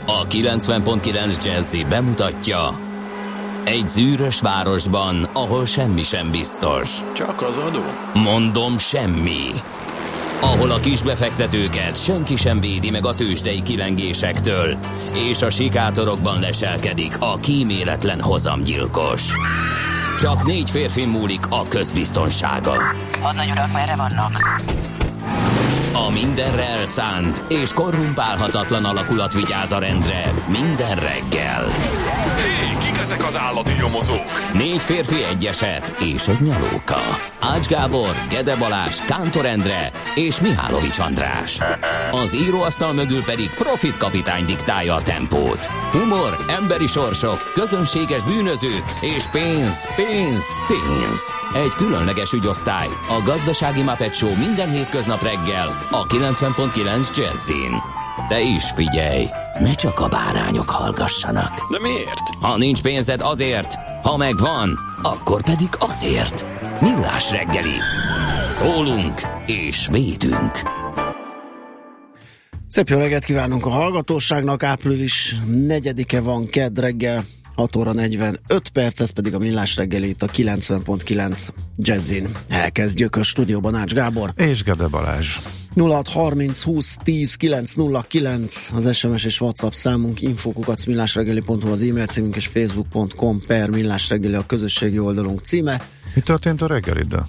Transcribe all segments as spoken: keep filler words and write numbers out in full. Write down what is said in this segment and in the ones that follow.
A kilencven pont kilenc Jazzy bemutatja: egy zűrös városban, ahol semmi sem biztos. Csak az adó? Mondom, semmi. Ahol a kisbefektetőket senki sem védi meg a tőzsdei kilengésektől, és a sikátorokban leselkedik a kíméletlen hozamgyilkos. Csak négy férfi múlik a közbiztonsága. Hadnagy urak, merre vannak? A mindenre elszánt és korrumpálhatatlan alakulat vigyáz a rendre minden reggel. Hé, kik ezek az állati nyomozók? Négy férfi, egy eset és egy nyalóka. Ács Gábor, Gede Balázs, Kántor Endre és Mihálovics András. Az íróasztal mögül pedig Profit kapitány diktálja a tempót. Humor, emberi sorsok, közönséges bűnözők és pénz, pénz, pénz. Egy különleges ügyosztály, a Gazdasági Muppet Show minden hétköznap reggel a kilencven pont kilenc Jazzin. De is figyelj, ne csak a bárányok hallgassanak. De miért? Ha nincs pénzed, azért, ha megvan, akkor pedig azért. Millás reggeli. Szólunk és védünk. Szép jó reggelt kívánunk a hallgatóságnak. Április negyedike van, kedd reggel, hat óra negyvenöt perc, ez pedig a Millás reggeli itt a kilencven pont kilenc Jazzin. Elkezdjük a stúdióban Ács Gábor és Gede Balázs. nulla hat harminc húsz tíz kilenc nulla kilenc az es em es és WhatsApp számunk, infókukac millásreggeli pont hu az e-mail címünk, és facebook pont com per millásreggeli a közösségi oldalunk címe. Mi történt a reggeliddel?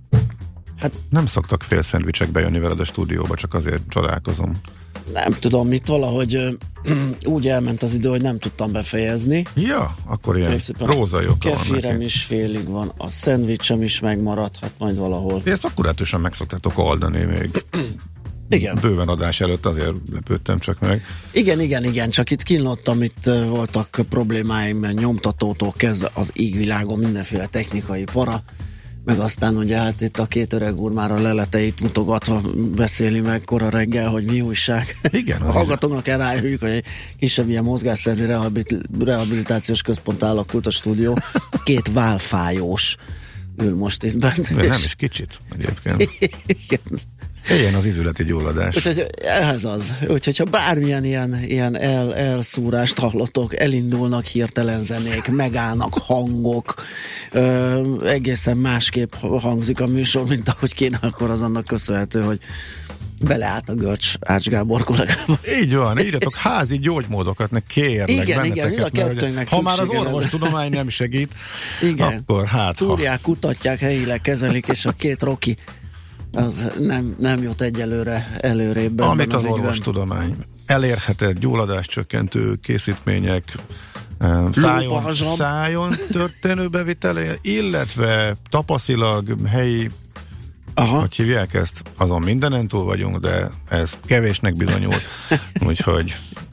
Hát nem szoktak fél szendvicsek bejönni veled a stúdióba, csak azért csodálkozom. Nem tudom mit, valahogy ö, úgy elment az idő, hogy nem tudtam befejezni. Ja, akkor ilyen rózai oka van kefirem neki. is félig van, a szendvicsem is megmaradt, hát majd valahol. Ezt akkurátusan meg szoktátok oldani még. Igen. Bőven adás előtt, azért lepődtem csak meg. Igen, igen, igen, csak itt kínlottam, itt uh, voltak problémáim, nyomtatótól kezdve az égvilágon mindenféle technikai para, meg aztán ugye hát itt a két öreg úr már a leleteit mutogatva beszéli meg kora reggel, hogy mi újság. Igen. A hallgatóknak elrájuljuk, hogy egy kisebb ilyen mozgásszervi rehabilit- rehabilitációs központ alakult a stúdió. Két válfájós ül most itt bent. De nem is kicsit egyébként. Igen. Éljen az ízületi gyulladás. Úgyhogy ez az. Úgyhogy ha bármilyen ilyen, ilyen el, elszúrást hallottok, elindulnak hirtelen zenék, megállnak hangok, ö, egészen másképp hangzik a műsor, mint ahogy kéne, akkor az annak köszönhető, hogy beleállt a görcs Ács Gábor kollégába. Így van, írjatok házi gyógymódokat, ne kérlek igen, igen, mind a mert, kettőnknek ha már az szüksége orvostudomány nem segít, igen. akkor hát túrják, kutatják, helyileg kezelik, és a két roki az nem, nem jut egyelőre előrébb. Amit az, az orvostudomány elérhetett, gyulladáscsökkentő készítmények, szájon, szájon történő bevitele, illetve tapaszilag helyi, aha, hogy hívják ezt, azon mindenen túl vagyunk, de ez kevésnek bizonyul, úgyhogy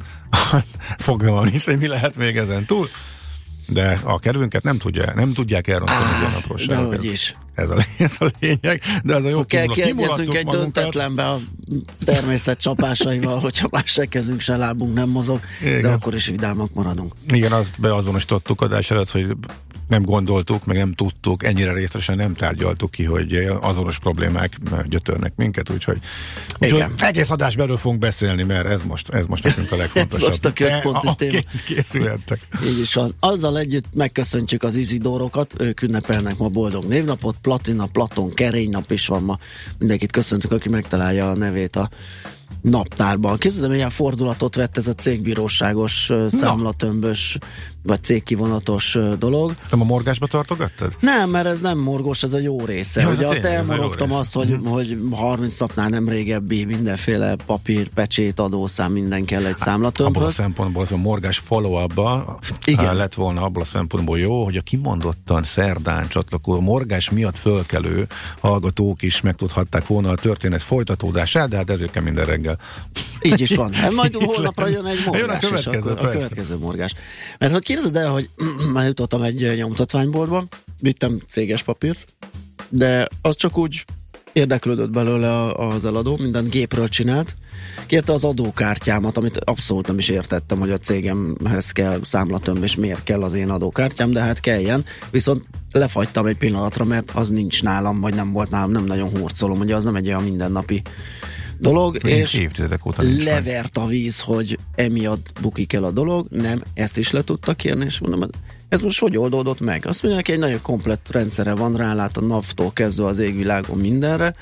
fogalmam is, hogy mi lehet még ezen túl, de a kedvünket nem, tudja, nem tudják elrontani a naprosságok. Dehogy is. Ez a, ez a lényeg, de ez a jó kell kiegyezzünk egy magunkat. döntetlenbe a természet csapásaival, hogyha már se kezünk, se lábunk nem mozog, igen, de akkor is vidámak maradunk. Igen, azt beazonosítottuk adás előtt, hogy nem gondoltuk, meg nem tudtuk, ennyire részletesen nem tárgyaltuk ki, hogy azonos problémák gyötörnek minket, úgyhogy, úgyhogy egész adásban erről fogunk beszélni, mert ez most, ez most nekünk a legfontosabb. Ez most a központi téma. Készülhettek. Így is van. Azzal együtt megköszöntjük az Izidórokat, ők ünnepelnek ma boldog névnapot, Platina, Platon, Kerénynap is van ma. Mindenkit köszöntük, aki megtalálja a nevét a naptárban. Képzeld, milyen fordulatot vett ez a cégbíróságos, számlatömbös, vagy cégkivonatos dolog. Nem a morgásba tartogattad? Nem, mert ez nem morgos, ez a jó része. Ja, ugye hát azt elmorogtam azt, hogy, mm. hogy harminc napnál nem régebbi mindenféle papír, pecsét, adószám, minden kell egy számlatömbhöz. Abban a szempontból az a morgás follow-upba lett volna abban a szempontból jó, hogy a kimondottan szerdán csatlakozó morgás miatt fölkelő hallgatók is megtudhatták volna a történet folytatódását, de hát ezért kell minden reggel. Így is van. Hát majd holnapra jön egy morgás, jön a következő, és akkor a következő morgás. Mert hogy képzeld el, hogy már jutottam egy nyomtatványboltba, vittem céges papírt, de az csak úgy érdeklődött belőle az eladó, minden gépről csinált. Kérte az adókártyámat, amit abszolút nem is értettem, hogy a cégemhez kell számlatömb, és miért kell az én adókártyám, de hát kelljen. Viszont lefagytam egy pillanatra, mert az nincs nálam, vagy nem volt nálam, nem nagyon hurcolom, ugye az nem egy olyan mindennapi dolog, Én és évtizedek óta nincs levert a víz, hogy emiatt bukik el a dolog, nem, ezt is le tudtak kérni, és mondom, ez most hogy oldódott meg? Azt mondják, egy nagyon komplett rendszere van, rálát a naptól kezdve az égvilágon mindenre,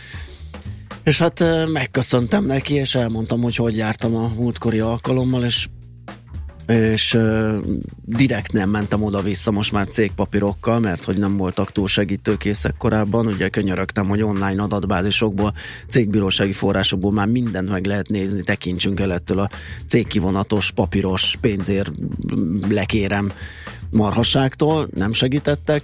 és hát megköszöntem neki, és elmondtam, hogy hogy jártam a múltkori alkalommal, és és uh, direkt nem mentem oda-vissza most már cégpapírokkal, mert hogy nem voltak túl segítőkészek korábban, ugye könyörögtem, hogy online adatbázisokból, cégbírósági forrásokból már mindent meg lehet nézni, tekintsünk el ettől a cégkivonatos, papíros, pénzért lekérem marhasságtól, nem segítettek,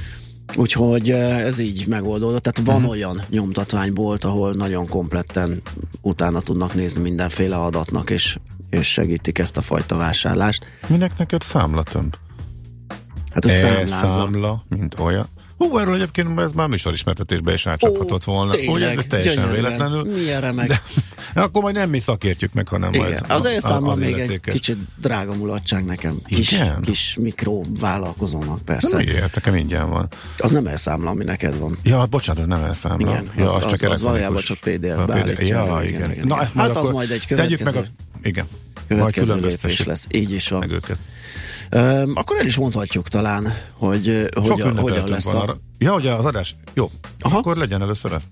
úgyhogy ez így megoldódott, tehát van uh-huh. olyan nyomtatványbolt, ahol nagyon kompletten utána tudnak nézni mindenféle adatnak, és és segítik ezt a fajta vásárlást. Minek neked számlatömb? Hát, hogy számlázza. E-számla, mint olyan. Hú, erről egyébként ez már műsorismertetésbe is átcsaphatott volna. Tényleg, ugye, teljesen gyönyörűen. véletlenül. Milyen remek. De, akkor majd nem mi szakértjük meg, hanem igen. majd az e-számla még illetékes. egy kicsit drága mulatság nekem. Kis, igen? kis mikrovállalkozónak persze. Nem értek, nekem ingyen van. Az nem e-számla, ami neked van. Ja, bocsánat, ez nem e-számla. Igen, ja, az, az, az, csak az valójában csak pé dé ef-be állítja. Ja, igen, igen, igen. Na, hát hát az majd egy következő, meg a, igen. következő lépés lesz. Így is van. Um, akkor el is mondhatjuk talán, hogy hogyan, hogyan lesz a... Ja, ugye az adás? Jó. Aha. Akkor legyen először ez.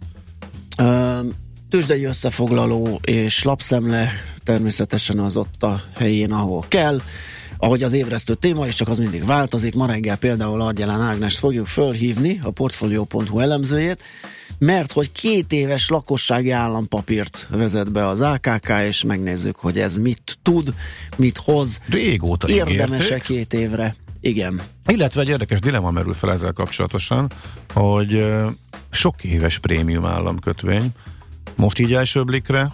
Um, tőzsdei összefoglaló és lapszemle természetesen az ott a helyén, ahol kell. Ahogy az ébresztő téma, és csak az mindig változik. Ma reggel például Argyelán Ágnest fogjuk fölhívni, a Portfolio pont hu elemzőjét, mert hogy két éves lakossági állampapírt vezet be az á ká ká, és megnézzük, hogy ez mit tud, mit hoz. Régóta érdemes-e két évre? Igen. Illetve egy érdekes dilemma merül fel ezzel kapcsolatosan, hogy sok éves prémium államkötvény, most így első blikre,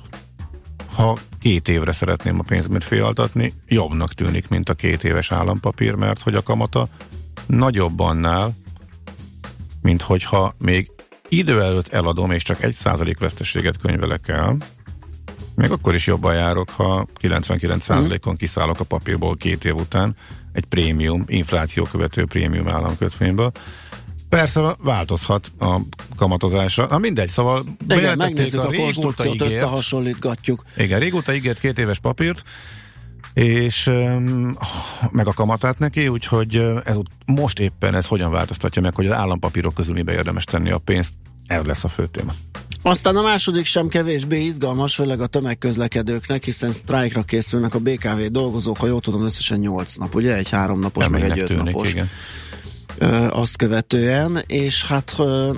ha két évre szeretném a pénzmet féltatni, jobbnak tűnik, mint a két éves állampapír, mert hogy a kamata nagyobb annál, mint hogyha még idő előtt eladom, és csak egy százalék veszteséget könyvelek el, még akkor is jobban járok, ha kilencvenkilenc százalékon kiszállok a papírból két év után egy prémium, infláció követő prémium államkötvényből. Persze változhat a kamatozása. Na mindegy, szóval igen, megnézzük a, a konstrukciót, ígért, összehasonlítgatjuk. Igen, régóta ígért két éves papírt, és um, meg a kamatát neki, úgyhogy ez, most éppen ez hogyan változtatja meg, hogy az állampapírok közül mibe érdemes tenni a pénzt. Ez lesz a fő téma. Aztán a második sem kevésbé izgalmas, főleg a tömegközlekedőknek, hiszen sztrájkra készülnek a bé ká vé dolgozók, ha jól tudom, összesen nyolc nap, ugye? Egy háromnapos, meg egy ötnapos. Azt követően, és hát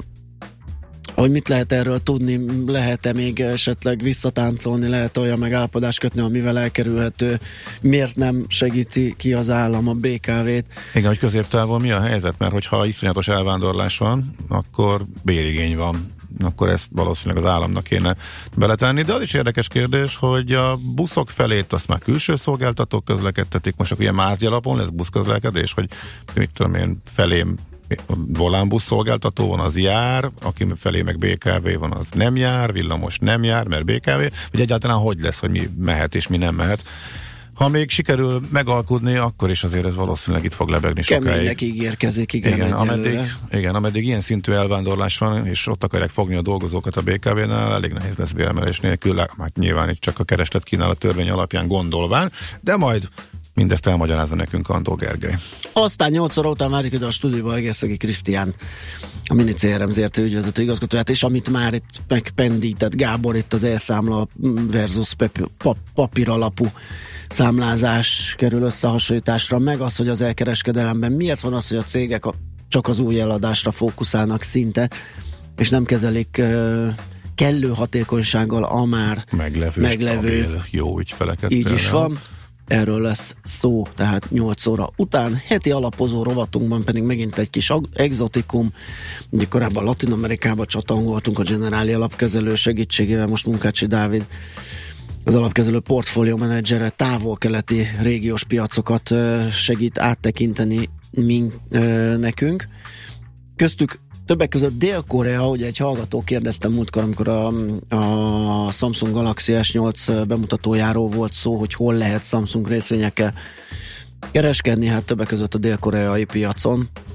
hogy mit lehet erről tudni, lehet-e még esetleg visszatáncolni, lehet olyan megállapodást kötni, amivel elkerülhető, miért nem segíti ki az állam a bé ká vét? Igen, hogy középtávon mi a helyzet, mert hogyha iszonyatos elvándorlás van, akkor bérigény van, akkor ezt valószínűleg az államnak kéne beletenni, de az is érdekes kérdés, hogy a buszok felét azt már külső szolgáltatók közlekedtetik, most akkor ilyen márgy alapon lesz buszközlekedés, hogy mit tudom én, felém volánbusz szolgáltató van, az jár, aki felé meg bé ká vé van, az nem jár, villamos nem jár, mert bé ká vé, vagy egyáltalán hogy lesz, hogy mi mehet és mi nem mehet. Ha még sikerül megalkudni, akkor is azért ez valószínűleg itt fog lebegni sokáig. Keménynek ígérkezik, igen, igen ameddig, igen, ameddig ilyen szintű elvándorlás van, és ott akarják fogni a dolgozókat a bé ká vénál, elég nehéz lesz béremelés nélkül, hát nyilván itt csak a kereslet kínálat törvény alapján gondolván, de majd mindezt elmagyarázza nekünk Andó Gergely. Aztán nyolc óra után várjuk ide a stúdióba Egészegi Krisztián, a Mini cé er em zé er té ügyvezető igazgatóját, és amit már itt megpendített Gábor, itt az e-számla versus pep- pap- papír alapú számlázás kerül összehasonlításra, meg az, hogy az elkereskedelemben miért van az, hogy a cégek a, csak az új eladásra fókuszálnak szinte, és nem kezelik uh, kellő hatékonysággal a már meglevő, meglevő stabil, jó ügyfeleket. Így például. is van. Erről lesz szó, tehát nyolc óra után. Heti alapozó rovatunkban pedig megint egy kis exotikum. Ugye korábban Latin Amerikában csatangoltunk a Generáli alapkezelő segítségével, most Munkácsi Dávid, az alapkezelő portfólió menedzsere, távol-keleti régiós piacokat segít áttekinteni mink, nekünk. Köztük többek között Dél-Korea, ugye egy hallgató kérdeztem múltkor, amikor a, a Samsung Galaxy es nyolc bemutatójáról volt szó, hogy hol lehet Samsung részvényekkel kereskedni, hát többek között a dél-koreai piacon.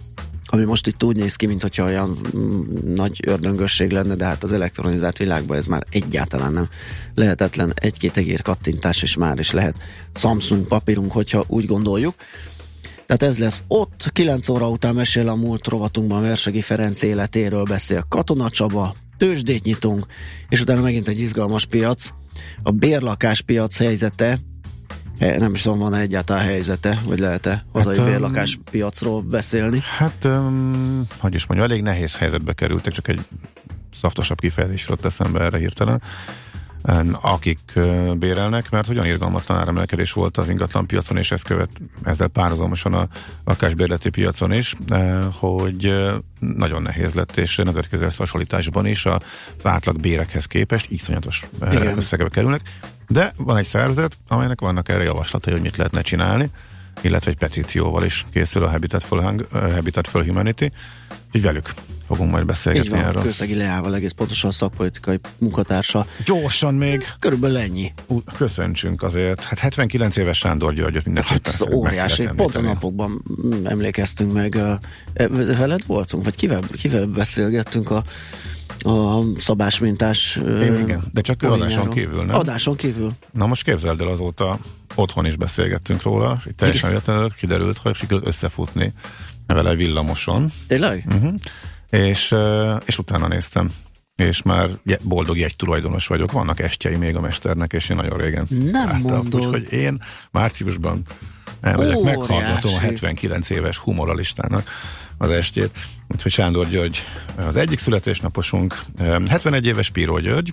ami most itt úgy néz ki, mintha olyan mm, nagy ördöngösség lenne, de hát az elektronizált világban ez már egyáltalán nem lehetetlen. Egy-két egér kattintás is már is lehet Samsung papírunk, hogyha úgy gondoljuk. Tehát ez lesz ott, kilenc óra után mesél a múlt rovatunkban Versegi Ferenc életéről beszél Katona Csaba, tőzsdét nyitunk, és utána megint egy izgalmas piac, a bérlakáspiac helyzete, nem is tudom, van-e egyáltalán helyzete, vagy lehet-e hazai hát, bérlakáspiacról beszélni? Hát, um, hogy is mondjam, elég nehéz helyzetbe kerültek, csak egy szaftosabb kifejezés ott eszembe erre hirtelen, akik uh, bérelnek, mert hogyan irgalmatlan áremelkedés volt az ingatlan piacon, és ez követ ezzel párhuzamosan a lakásbérleti piacon is, uh, hogy uh, nagyon nehéz lett, és nemzetközi összehasonlításban is az átlag bérekhez képest iszonyatos uh, összegebe kerülnek. De van egy szervezet, amelynek vannak erre javaslatai, hogy mit lehetne csinálni, illetve egy petícióval is készül a Habitat for, Hung- uh, Habitat for Humanity, így velük fogunk majd beszélgetni van, erről. Kőszegi Leával egész pontosan szakpolitikai munkatársa. Gyorsan még. Körülbelül ennyi. Uh, köszöntsünk azért. Hát hetvenkilenc éves Sándor Györgyöt mindenképpen. Hát ez óriási. Pont a napokban emlékeztünk meg. Uh, veled voltunk? Vagy kivel, kivel beszélgettünk a a szabásmintás uh, igen, de csak adáson kívül, nem? Adáson kívül. Na most képzeld el, azóta otthon is beszélgettünk róla, itt teljesen véletlenül kiderült, hogy sikerült összefutni vele villamoson. Tényleg? Uh-huh. És, és utána néztem, és már boldog jegytulajdonos vagyok. Vannak estjei még a mesternek, és én nagyon régen nem láttam. mondod. Úgyhogy én márciusban elmegyek, meghallgatom a hetvenkilenc éves humoralistának az estjét. Úgyhogy Sándor György az egyik születésnaposunk, hetvenegy éves Píró György,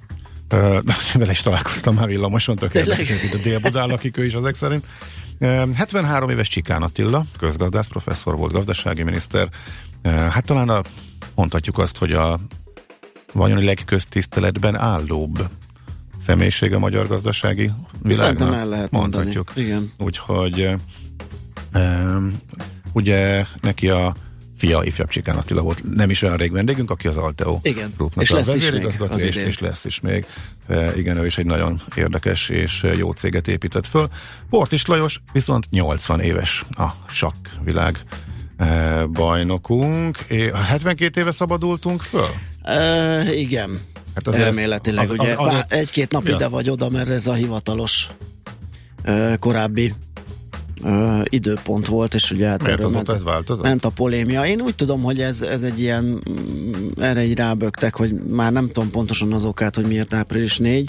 vele is találkoztam már villamoson, tök érdekes, itt a Dél-Budán lakik ő is ezek szerint. hetvenhárom éves Csikán Attila, közgazdász, professzor volt, gazdasági miniszter. Hát talán a, mondhatjuk azt, hogy a vagyoni legköztiszteletben állóbb személyiség a magyar gazdasági világnak. Szerintem el lehet mondhatjuk. Mondani. Igen. Úgyhogy um, ugye neki a fia, ifjabb Csikán Attila volt, nem is olyan rég vendégünk, aki az Alteo Groupnak és a lesz is még az és, és lesz is még. E, igen, ő is egy nagyon érdekes és jó céget épített föl. Portis Lajos viszont nyolcvan éves a sakkvilág e, bajnokunk. É, hetvenkét éve szabadultunk föl? E, igen. Hát elméletileg, az, ugye az, az, az, egy-két nap ja. ide vagy oda, mert ez a hivatalos e, korábbi Uh, időpont volt, és ugye hát erről ment, ment a polémia. Én úgy tudom, hogy ez, ez egy ilyen, erre egy rábögtek, hogy már nem tudom pontosan az okát, hogy miért április négy,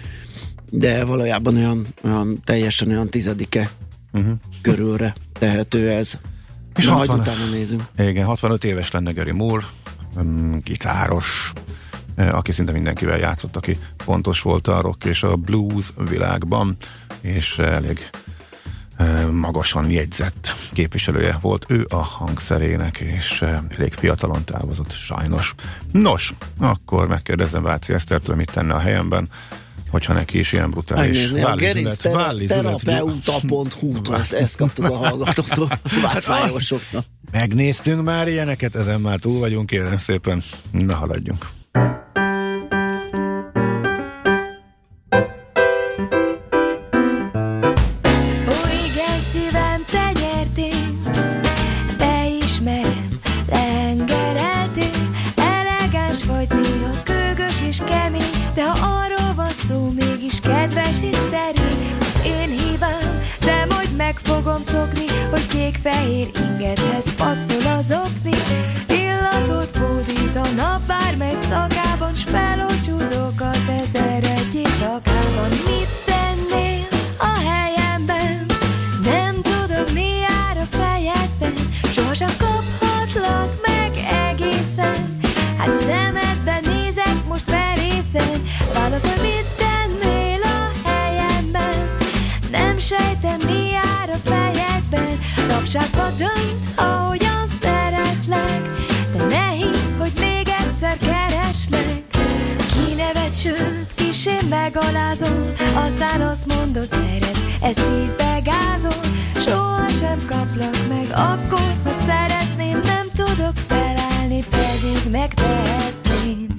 de valójában olyan, olyan teljesen olyan tizedike uh-huh. körülre tehető ez. És na, hatvan, majd utána nézünk. Igen, hatvanöt éves lenne Gary Moore, um, gitáros, aki szinte mindenkivel játszott, aki fontos volt a rock és a blues világban, és elég magasan jegyzett képviselője volt ő a hangszerének, és elég fiatalon távozott, sajnos. Nos, akkor megkérdezem Váci Esztertől, mit tenne a helyemben, hogyha neki is ilyen brutális vállizület. Terapeuta pont hu-tól ezt, ezt kaptuk a hallgatóktól. Vágyfájósoknak. Megnéztünk már ilyeneket, ezen már túl vagyunk, kérem szépen, ne haladjunk. Fogom szokni, hogy kék-fehér ingethez passzol az okni. Illatot hódít a nap bármely szakában, s felocsúdok az ezer egy éjszakában. Mit tennél a helyemben? Nem tudom, mi jár a fejedben. Sohasem kaphatlak meg egészen. Hát szemedben nézek most merészen. Válaszol, mit tennél a helyemben? Nem sejtem, mi jár a fejedben. Rapságba dönt, ahogyan szeretlek, de ne hidd, hogy még egyszer kereslek. Kinevet, sőt, kisé megalázol, aztán azt mondod, szeretsz, ez szívbe gázol. Sohasem kaplak meg akkor, ha szeretném, nem tudok felállni, pedig megtehetném.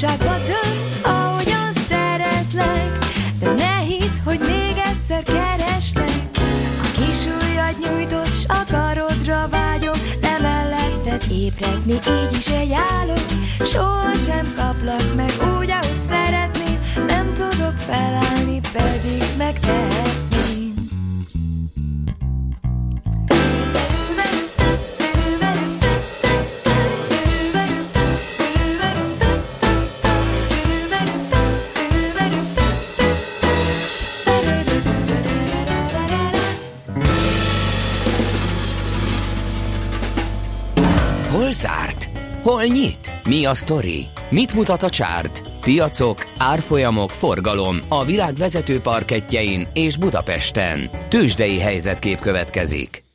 Valóságba dönt, ahogyan szeretlek, de ne hidd, hogy még egyszer kereslek. A kis ujjad nyújtott, s akarodra vágyom, de melletted ébredni, így is egy álom. Sohasem kaplak meg úgy, ahogy szeretném, nem tudok felállni, pedig megtehetném. Hol zárt? Hol nyit? Mi a sztori? Mit mutat a csárt? Piacok, árfolyamok, forgalom a világ vezető parkettjein és Budapesten. Tőzsdei helyzetkép következik.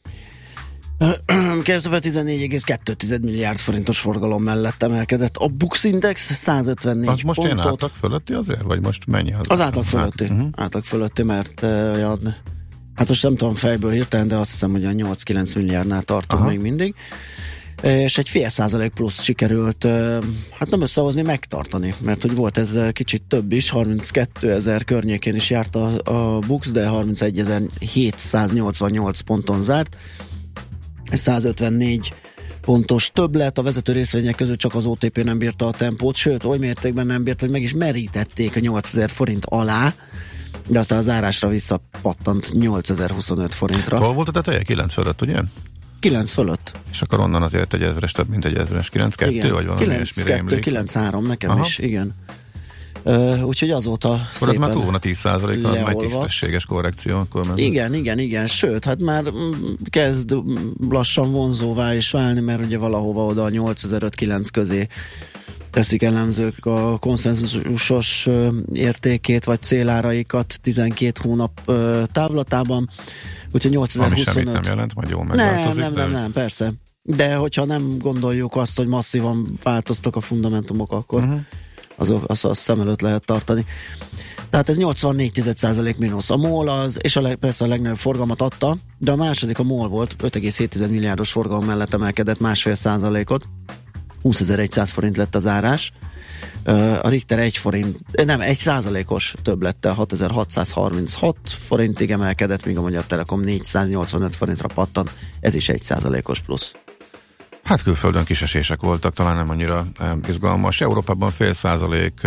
Kezdve tizennégy egész kettő milliárd forintos forgalom mellett emelkedett. A Bux Index százötvennégy az most pontot. Most átlag fölötti azért? Vagy most mennyi? Az, az átlag fölötti. Uh-huh. Átlag fölötti, mert uh, olyan, hát most nem tudom fejből hirtelen, de azt hiszem, hogy a nyolc-kilenc milliárdnál tartunk még mindig. És egy fél százalék plusz sikerült, hát nem összehozni, megtartani, mert hogy volt ez kicsit több is, harminckétezer környékén is járt a, a Bux, de harmincegyezer-hétszáznyolcvannyolc ponton zárt, százötvennégy pontos többlet, a vezető részvények között csak az o té pé nem bírta a tempót, sőt, oly mértékben nem bírt, hogy meg is merítették a nyolcezer forint alá, de aztán a zárásra visszapattant nyolcezer-huszonöt forintra. Hol volt a teteje? kilenc fölött, ugye? kilenc fölött. És akkor onnan azért egy ezres, több mint egy ezres, kilenc kettő vagy valami ilyesmire emlék. kilenc három nekem Aha. is, igen. Uh, úgyhogy azóta akkor szépen az már túl van a tíz százalék, az már egy tisztességes korrekció. Akkor már igen, igen, igen, sőt, hát már kezd lassan vonzóvá is válni, mert ugye valahova oda a nyolcezer-öt-kilenc közé teszik elemzők a konszenzusos értékét, vagy céláraikat tizenkét hónap távlatában. Úgyhogy nyolcezer-huszonöt. Ami semmit nem jelent, majd jól megváltozik. Nem, nem, nem, nem, persze. De hogyha nem gondoljuk azt, hogy masszívan változtak a fundamentumok, akkor uh-huh. azok, azt, azt szem előtt lehet tartani. Tehát ez nyolcvannégy százalék mínusz. A MOL az, és a leg, persze a legnagyobb forgalmat adta, de a második a MOL volt, öt egész hét milliárdos forgalom mellett emelkedett másfél százalékot. húszezer-száz forint lett az árás. A Richter egy forint, nem, egy százalékos többlettel hatezer-hatszázharminchat forintig emelkedett, míg a Magyar Telekom négyszáznyolcvanöt forintra pattant, ez is egy százalékos plusz. Hát külföldön kisesések voltak, talán nem annyira izgalmas. Európában fél százalék,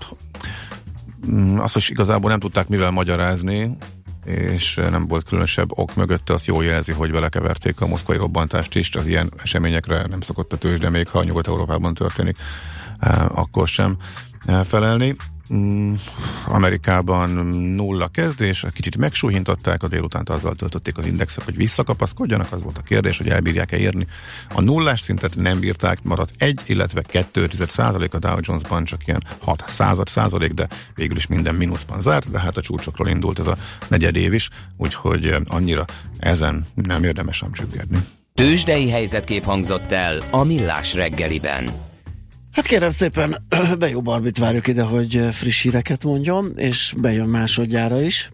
azt is igazából nem tudták mivel magyarázni, és nem volt különösebb ok mögötte, azt jól jelzi, hogy belekeverték a moszkvai robbantást is, az ilyen eseményekre nem szokott a tőzsde, még ha Nyugat-Európában történik, akkor sem felelni. Amerikában nulla kezdés, kicsit megsúlyintották, a délutánt azzal töltötték az indexet, hogy visszakapaszkodjanak, az volt a kérdés, hogy elbírják-e érni. A nullás szintet nem bírták, maradt egy, illetve kettő százalék a Dow Jonesban, csak ilyen hat század százalék, de végül is minden mínuszban zárt, de hát a csúcsokról indult ez a negyed év is, úgyhogy annyira ezen nem érdemes ám csüggedni. Tőzsdei helyzetkép hangzott el a Millás reggeliben. Hát kérem szépen, Bejó Barbit várjuk ide, hogy friss híreket mondjon, és bejön másodjára is.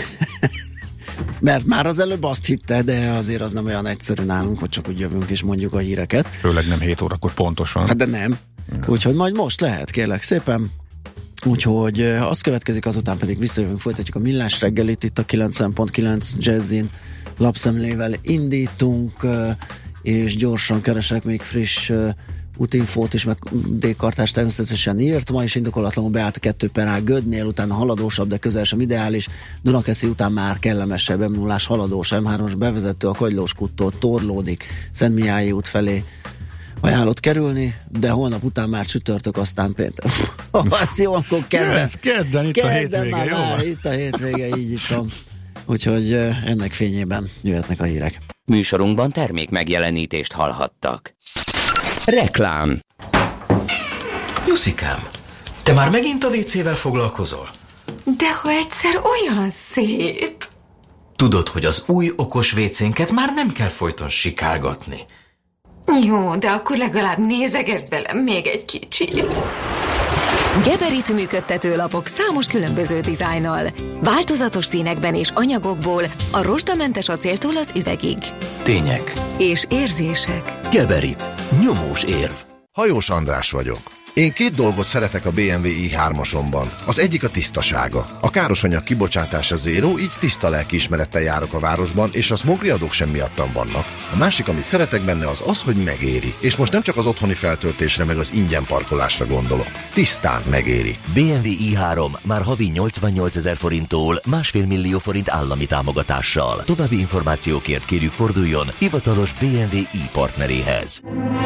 Mert már az előbb azt hitte, de azért az nem olyan egyszerű nálunk, hogy csak úgy jövünk és mondjuk a híreket. Főleg nem hét órakor pontosan. Hát de nem. Úgyhogy majd most lehet, kérlek szépen. Úgyhogy az következik, azután pedig visszajövünk, folytatjuk a Millás reggelit, itt a kilencven pont kilenc Jazzin lapszemlével indítunk, és gyorsan keresek még friss útinfót is, meg D-kartás természetesen írt. Ma is indokolatlanul beállt a kettő per A Gödnél, utána haladósabb, de közel sem ideális. Dunakeszi után már kellemesebb, em nullás haladós, em hármas bevezető a Kagylós kúttól torlódik Szentmiályi út felé ajánlott kerülni, de holnap után már csütörtök, aztán péntek. Ez jó, akkor kedden. Ez kedden, itt kedden, a hétvége, jó már, itt a hétvége, így is van. Úgyhogy ennek fényében jöhetnek a hírek. Műsorunkban termék megjelenítést hallhattak. Reklám. Jusszikám, te már megint a vécével foglalkozol? De ha egyszer olyan szép. Tudod, hogy az új okos vécénket már nem kell folyton sikálgatni. Jó, de akkor legalább nézegesd velem még egy kicsit. Geberit működtető lapok számos különböző dizájnnal, változatos színekben és anyagokból, a rozsdamentes acéltól az üvegig. Tények. És érzések. Geberit. Nyomós érv. Hajós András vagyok. Én két dolgot szeretek a bé em vé i hármasomban. Az egyik a tisztasága. A károsanyag kibocsátása zéró, így tiszta lelkiismerettel járok a városban, és a smogriadók sem miattam vannak. A másik, amit szeretek benne, az az, hogy megéri. És most nem csak az otthoni feltöltésre, meg az ingyen parkolásra gondolok. Tisztán megéri. bé em vé i három már havi nyolcvannyolcezer forinttól másfél millió forint állami támogatással. További információkért kérjük forduljon hivatalos bé em vé i partneréhez.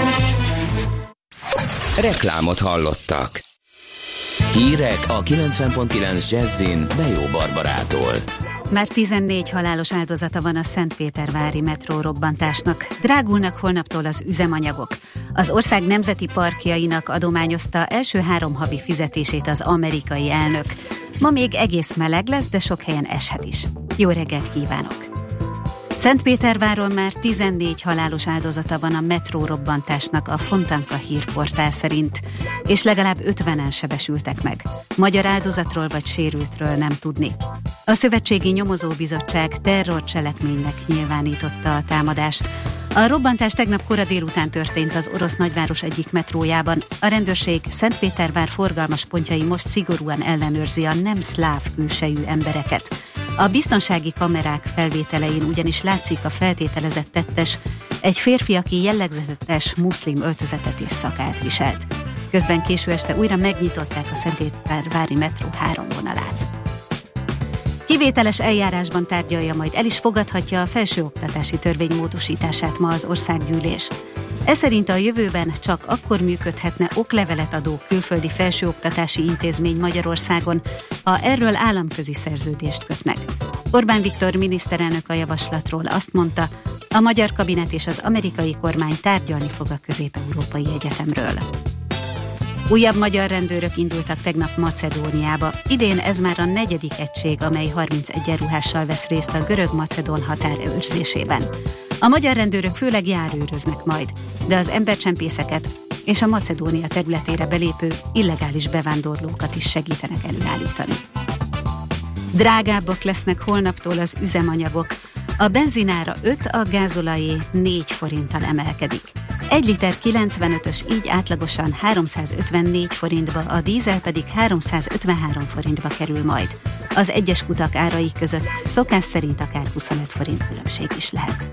Reklámot hallottak. Hírek a kilencven pont kilenc Jazzin Bejó Barbarától. Már tizennégy halálos áldozata van a Szentpétervári metró robbantásnak. Drágulnak holnaptól az üzemanyagok. Az ország nemzeti parkjainak adományozta első három havi fizetését az amerikai elnök. Ma még egész meleg lesz, de sok helyen eshet is. Jó reggelt kívánok! Szentpéterváron már tizennégy halálos áldozata van a metró robbantásnak a Fontanka hírportál szerint, és legalább ötvenen sebesültek meg. Magyar áldozatról vagy sérültről nem tudni. A Szövetségi Nyomozóbizottság terrorcselekménynek nyilvánította a támadást. A robbantás tegnap kora délután történt az orosz nagyváros egyik metrójában. A rendőrség Szentpétervár forgalmas pontjai most szigorúan ellenőrzi a nem szláv külsejű embereket. A biztonsági kamerák felvételein ugyanis látszik a feltételezett tettes, egy férfi, aki jellegzetes muszlim öltözetet és szakált viselt. Közben késő este újra megnyitották a Szentpétervári metró három vonalát. Kivételes eljárásban tárgyalja, majd el is fogadhatja a felsőoktatási törvény módosítását ma az országgyűlés. Ez szerint a jövőben csak akkor működhetne oklevelet adó külföldi felsőoktatási intézmény Magyarországon, ha erről államközi szerződést kötnek. Orbán Viktor miniszterelnök a javaslatról azt mondta, a magyar kabinet és az amerikai kormány tárgyalni fog a Közép-Európai Egyetemről. Újabb magyar rendőrök indultak tegnap Macedóniába. Idén ez már a negyedik egység, amely harmincegy egyenruhással vesz részt a görög-macedón határ őrzésében. A magyar rendőrök főleg járőröznek majd, de az embercsempészeket és a Macedónia területére belépő illegális bevándorlókat is segítenek előállítani. Drágábbak lesznek holnaptól az üzemanyagok. A benzinára öt, a gázolajé négy forinttal emelkedik. Egy liter kilencvenötös így átlagosan háromszázötvennégy forintba, a dízel pedig háromszázötvenhárom forintba kerül majd. Az egyes kutak árai között szokás szerint akár huszonöt forint különbség is lehet.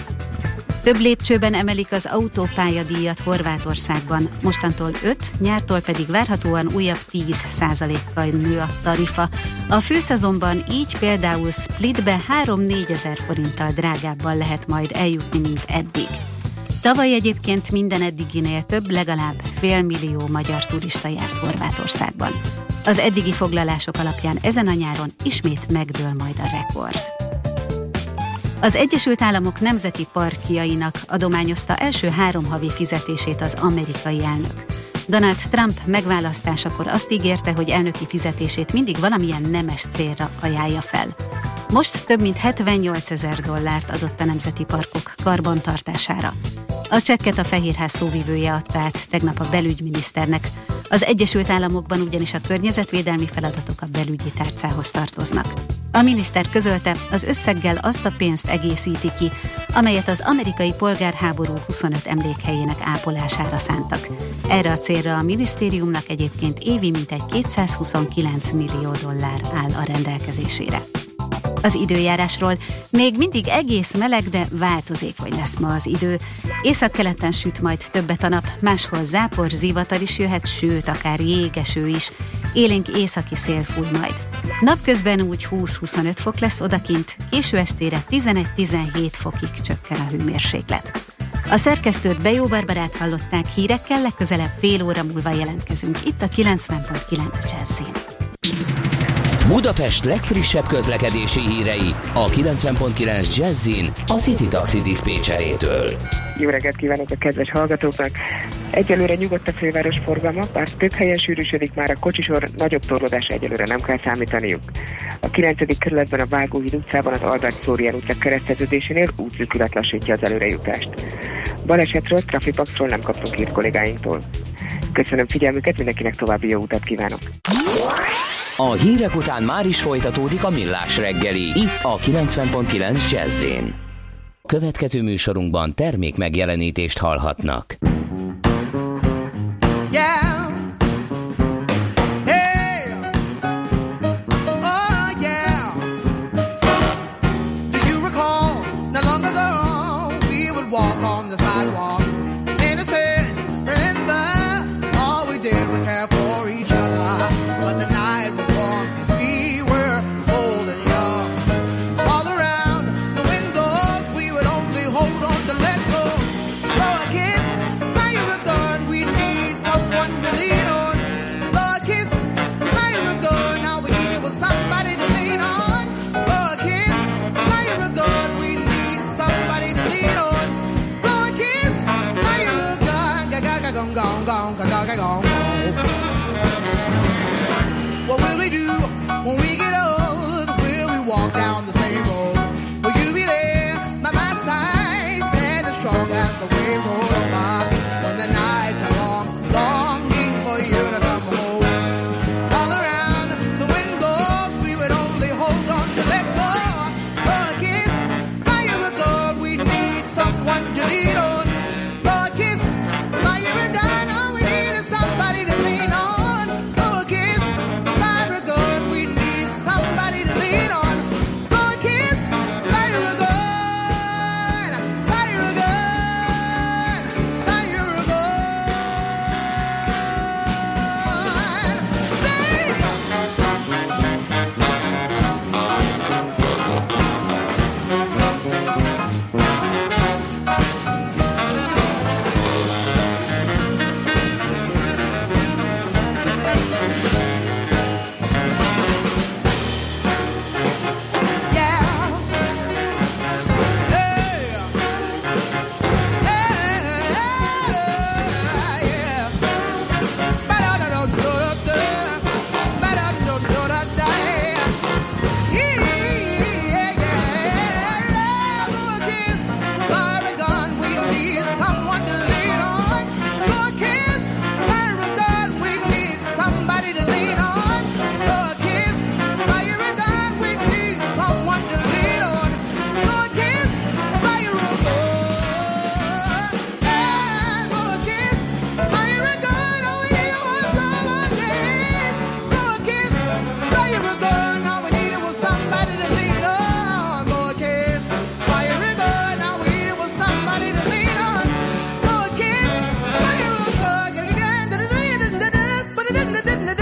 Több lépcsőben emelik az autópályadíjat Horvátországban, mostantól öt, nyártól pedig várhatóan újabb tíz százalékkal nő a tarifa. A főszezonban így például Splitbe három-négyezer forinttal drágábban lehet majd eljutni, mint eddig. Tavaly egyébként minden eddiginél több, legalább félmillió magyar turista járt Horvátországban. Az eddigi foglalások alapján ezen a nyáron ismét megdől majd a rekord. Az Egyesült Államok nemzeti parkjainak adományozta első három havi fizetését az amerikai elnök. Donald Trump megválasztásakor azt ígérte, hogy elnöki fizetését mindig valamilyen nemes célra ajánlja fel. Most több mint hetvennyolcezer dollárt adott a nemzeti parkok karbantartására. A csekket a Fehérház szóvivője adta át tegnap a belügyminiszternek. Az Egyesült Államokban ugyanis a környezetvédelmi feladatok a belügyi tárcához tartoznak. A miniszter közölte, az összeggel azt a pénzt egészíti ki, amelyet az amerikai polgárháború huszonöt emlékhelyének ápolására szántak. Erre a célra a minisztériumnak egyébként évi mintegy kétszázhuszonkilenc millió dollár áll a rendelkezésére. Az időjárásról: még mindig egész meleg, de változékony lesz ma az idő. Északkeleten süt majd többet a nap, máshol zápor, zivatar is jöhet, sőt, akár jégeső is. Élénk északi szél fúj majd. Napközben úgy húsz-huszonöt fok lesz odakint, késő estére tizenegy-tizenhét fokig csökken a hőmérséklet. A szerkesztőt Bejó Barbarát hallották, hírekkel legközelebb fél óra múlva jelentkezünk itt a kilencven pont kilenc Jazzin. Budapest legfrissebb közlekedési hírei a kilencven pont kilenc Jazzin a City Taxi diszpécserétől. Jó reggelt kívánok a kedves hallgatóknak! Egyelőre nyugodt a főváros forgalma, bár több helyen sűrűsödik, már a kocsisor, nagyobb torlódásra egyelőre nem kell számítaniuk. A kilencedik kerületben a Vágóhíd utcában az Albert Flórián utca kereszteződésénél útszűkület lassítja az előrejutást. Balesetről, trafipaxról nem kaptunk hírt kollégáinktól. Köszönöm figyelmüket, mindenkinek további jó utat kívánok! A hírek után már is folytatódik a Millás reggeli, itt a kilencven pont kilenc Jazzin. Következő műsorunkban termék megjelenítést hallhatnak. Yeah.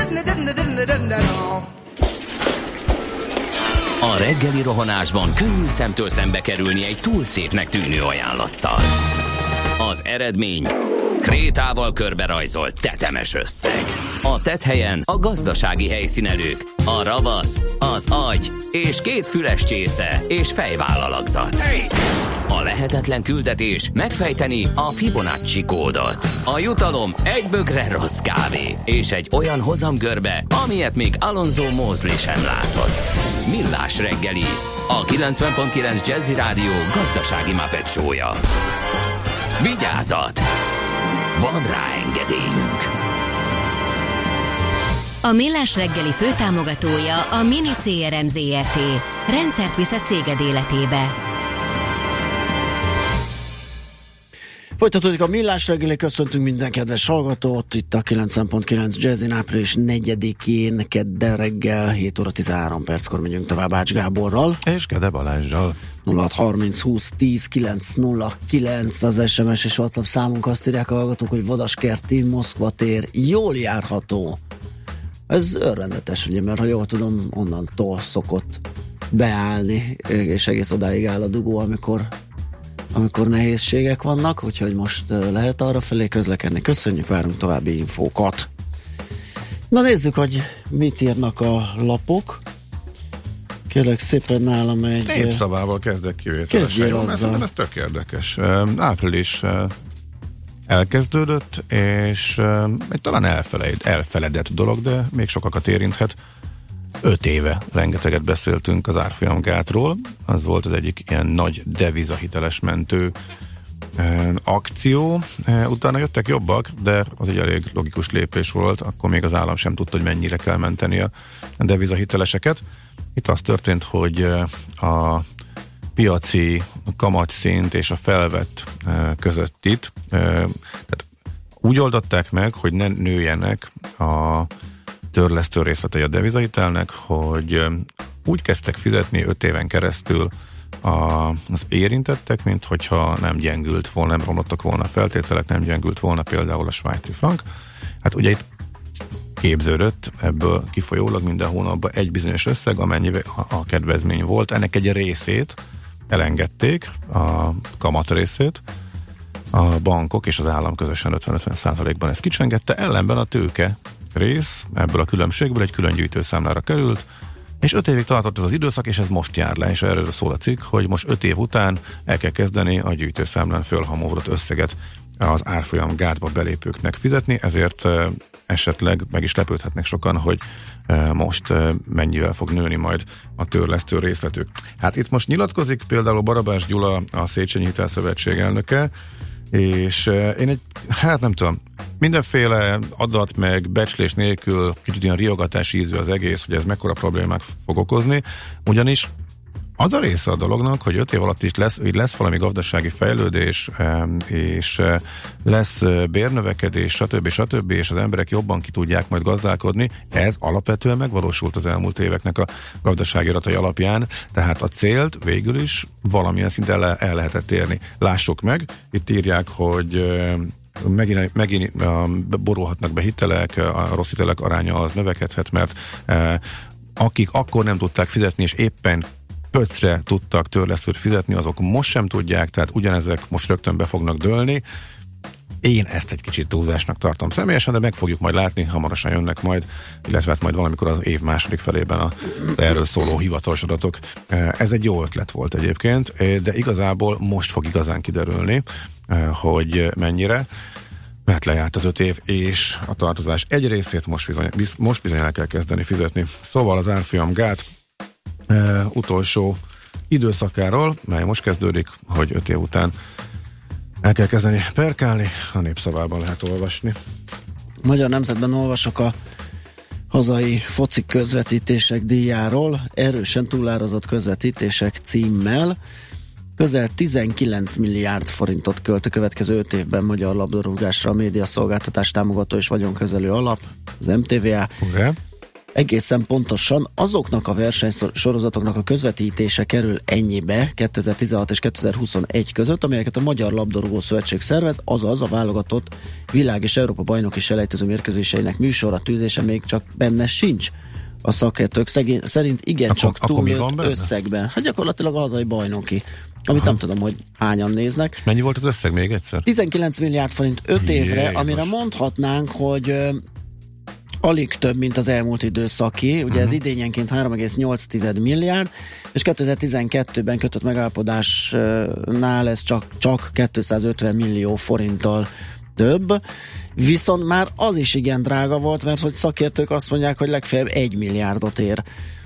A reggeli rohanásban könnyű szemtől szembe kerülni egy túl szépnek tűnő ajánlattal. Az eredmény krétával körberajzolt tetemes összeg. A tetthelyen a gazdasági helyszínelők, a ravasz, az agy és két füles csésze és fejvállalakzat. A lehetetlen küldetés megfejteni a Fibonacci kódot. A jutalom egy bögre rossz kávé és egy olyan hozamgörbe, amilyet még Alonso Mosley sem látott. Millás reggeli, a kilencven pont kilenc Jazzy Rádió gazdasági Muppet show-ja. Vigyázat! Van rá engedélyünk! A Millás reggeli főtámogatója a Mini cé er em zé er té. Rendszert visz a céged életébe. Folytatódik a Millás reggeli, köszöntünk minden kedves hallgatót, itt a kilencven pont kilenc Jazzin április negyedikén, kedden reggel, hét óra tizenhárom perckor megyünk tovább Ács Gáborral. És Gede Balázsral. nulla hat harminc húsz tíz kilenc nulla kilenc az es em es és WhatsApp számunk, azt írják a hallgatók, hogy Vadaskerti, Moszkva tér jól járható. Ez örvendetes, ugye, mert ha jól tudom, onnantól szokott beállni, és egész odáig áll a dugó, amikor amikor nehézségek vannak, úgyhogy most lehet arra felé közlekedni. Köszönjük, várunk további infókat. Na nézzük, hogy mit írnak a lapok. Kérlek szépen nálam egy... Népszavával kezdek kivételesen. Jó, szerintem ez tök érdekes. Április elkezdődött, és egy talán elfeled, elfeledett dolog, de még sokakat érinthet. Öt éve rengeteget beszéltünk az árfolyamgátról, az volt az egyik ilyen nagy devizahiteles mentő e, akció. E, utána jöttek jobbak, de az egy elég logikus lépés volt, akkor még az állam sem tudta, hogy mennyire kell menteni a devizahiteleseket. Itt az történt, hogy a piaci kamatszint és a felvett e, között itt, e, tehát úgy oldották meg, hogy ne nőjenek a törlesztő részletei a devizahitelnek, hogy úgy kezdtek fizetni öt éven keresztül a, az érintettek, mint hogyha nem gyengült volna, nem romlottak volna a feltételek, nem gyengült volna például a svájci frank. Hát ugye itt képződött ebből kifolyólag minden hónapban egy bizonyos összeg, amennyi a kedvezmény volt. Ennek egy részét elengedték, a kamat részét, a bankok és az állam közösen ötven-ötven százalékban ezt kicsengette, ellenben a tőke rész ebből a különbségből egy külön gyűjtőszámlára került, és öt évig tartott ez az időszak, és ez most jár le, és erről szól a cikk, hogy most öt év után el kell kezdeni a gyűjtőszámlán fölhalmozódott összeget az árfolyam gátba belépőknek fizetni, ezért e, esetleg meg is lepődhetnek sokan, hogy e, most e, mennyivel fog nőni majd a törlesztő részletük. Hát itt most nyilatkozik például Barabás Gyula, a Széchenyi Hitelszövetség elnöke, és én egy, hát nem tudom, mindenféle adat meg becslés nélkül kicsit ilyen riogatási ízű az egész, hogy ez mekkora problémák fog okozni, ugyanis az a része a dolognak, hogy öt év alatt is lesz, lesz valami gazdasági fejlődés, és lesz bérnövekedés, stb. stb. És az emberek jobban ki tudják majd gazdálkodni. Ez alapvetően megvalósult az elmúlt éveknek a gazdasági adatai alapján, tehát a célt végül is valamilyen szinten el, el lehetett érni. Lássuk meg, itt írják, hogy megint, megint borulhatnak be hitelek, a rossz hitelek aránya az növekedhet, mert akik akkor nem tudták fizetni, és éppen pöcre tudtak törlesztőt fizetni, azok most sem tudják, tehát ugyanezek most rögtön be fognak dőlni. Én ezt egy kicsit túlzásnak tartom személyesen, de meg fogjuk majd látni, hamarosan jönnek majd, illetve hát majd valamikor az év második felében a erről szóló hivatalos adatok. Ez egy jó ötlet volt egyébként, de igazából most fog igazán kiderülni, hogy mennyire, mert lejárt az öt év, és a tartozás egy részét most bizony, most bizony el kell kezdeni fizetni. Szóval az árfolyam gát Uh, utolsó időszakáról, mely most kezdődik, hogy öt év után el kell kezdeni perkálni, a Népszavában lehet olvasni. Magyar Nemzetben olvasok a hazai foci közvetítések díjáról, erősen túlárazott közvetítések címmel. Közel tizenkilenc milliárd forintot költ a következő öt évben magyar labdarúgásra a médiaszolgáltatás támogató és vagyonkezelő alap, az em té vé á. Okay. egészen pontosan azoknak a versenysorozatoknak a közvetítése kerül ennyibe kétezer-tizenhat és kétezer-huszonegy között, amelyeket a Magyar Labdarúgó Szövetség szervez, azaz a válogatott világ és Európa bajnoki selejtező mérkőzéseinek műsorra tűzése még csak benne sincs. A szakértők szegény, szerint igencsak túllőtt összegben. Hát gyakorlatilag a hazai bajnoki, amit Aha. nem tudom, hogy hányan néznek. Mennyi volt az összeg még egyszer? tizenkilenc milliárd forint öt évre, Jézus. amire mondhatnánk, hogy ö, alig több, mint az elmúlt időszaki. Ugye uh-huh. ez idényenként három egész nyolc milliárd, és kétezer-tizenkettőben kötött megállapodásnál ez csak, csak kétszázötven millió forinttal több. Viszont már az is igen drága volt, mert hogy szakértők azt mondják, hogy legfeljebb egy milliárdot ér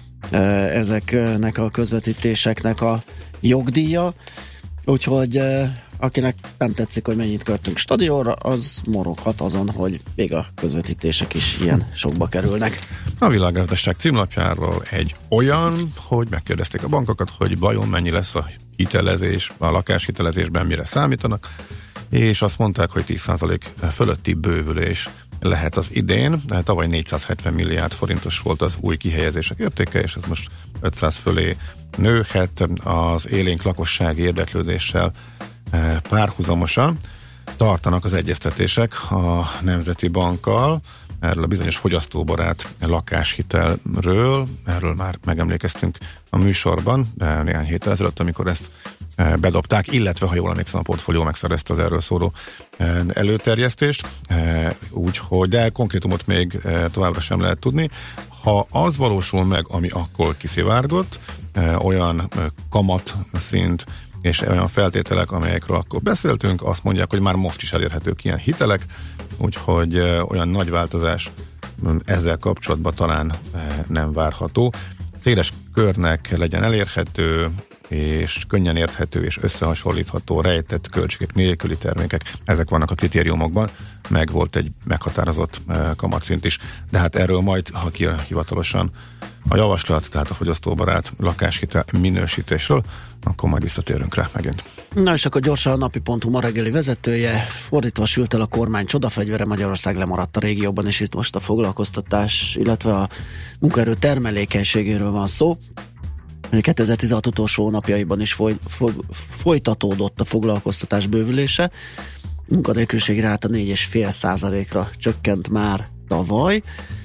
ezeknek a közvetítéseknek a jogdíja. Úgyhogy akinek nem tetszik, hogy mennyit költünk stadionra, az moroghat azon, hogy még a közvetítések is ilyen sokba kerülnek. A Világgazdaság címlapjáról egy olyan, hogy megkérdezték a bankokat, hogy vajon mennyi lesz a hitelezés, a lakáshitelezésben mire számítanak, és azt mondták, hogy tíz százalék fölötti bővülés lehet az idén. Tavaly négyszázhetven milliárd forintos volt az új kihelyezések értéke, és ez most ötszáz fölé nőhet. Az élénk lakossági érdeklődéssel párhuzamosan tartanak az egyeztetések a Nemzeti Bankkal erről a bizonyos fogyasztóbarát lakáshitelről. Erről már megemlékeztünk a műsorban néhány héttel ezelőtt, amikor ezt bedobták, illetve, ha jól emlékszem, a portfólió megszerezte az erről szóló előterjesztést, úgyhogy, de konkrétumot még továbbra sem lehet tudni. Ha az valósul meg, ami akkor kiszivárgott, olyan kamatszint és olyan feltételek, amelyekről akkor beszéltünk, azt mondják, hogy már most is elérhetők ilyen hitelek, úgyhogy olyan nagy változás ezzel kapcsolatban talán nem várható. Széles körnek legyen elérhető, és könnyen érthető és összehasonlítható rejtett költségek nélküli termékek. Ezek vannak a kritériumokban, meg volt egy meghatározott uh, kamatszint is, de hát erről majd, ha kijön hivatalosan a javaslat, tehát a fogyasztóbarát lakáshitel minősítésről, akkor majd visszatérünk rá megint. Na és akkor gyorsan a napi pont hu ma reggeli vezetője, fordítva sült el a kormány csodafegyvere, Magyarország lemaradt a régióban, és itt most a foglalkoztatás, illetve a munkaerő termelékenységéről van szó. kétezer-tizenhat utolsó hónapjaiban is foly, foly, folytatódott a foglalkoztatás bővülése. Munkanélküliségi ráta négy egész öt százalékra csökkent már tavaly,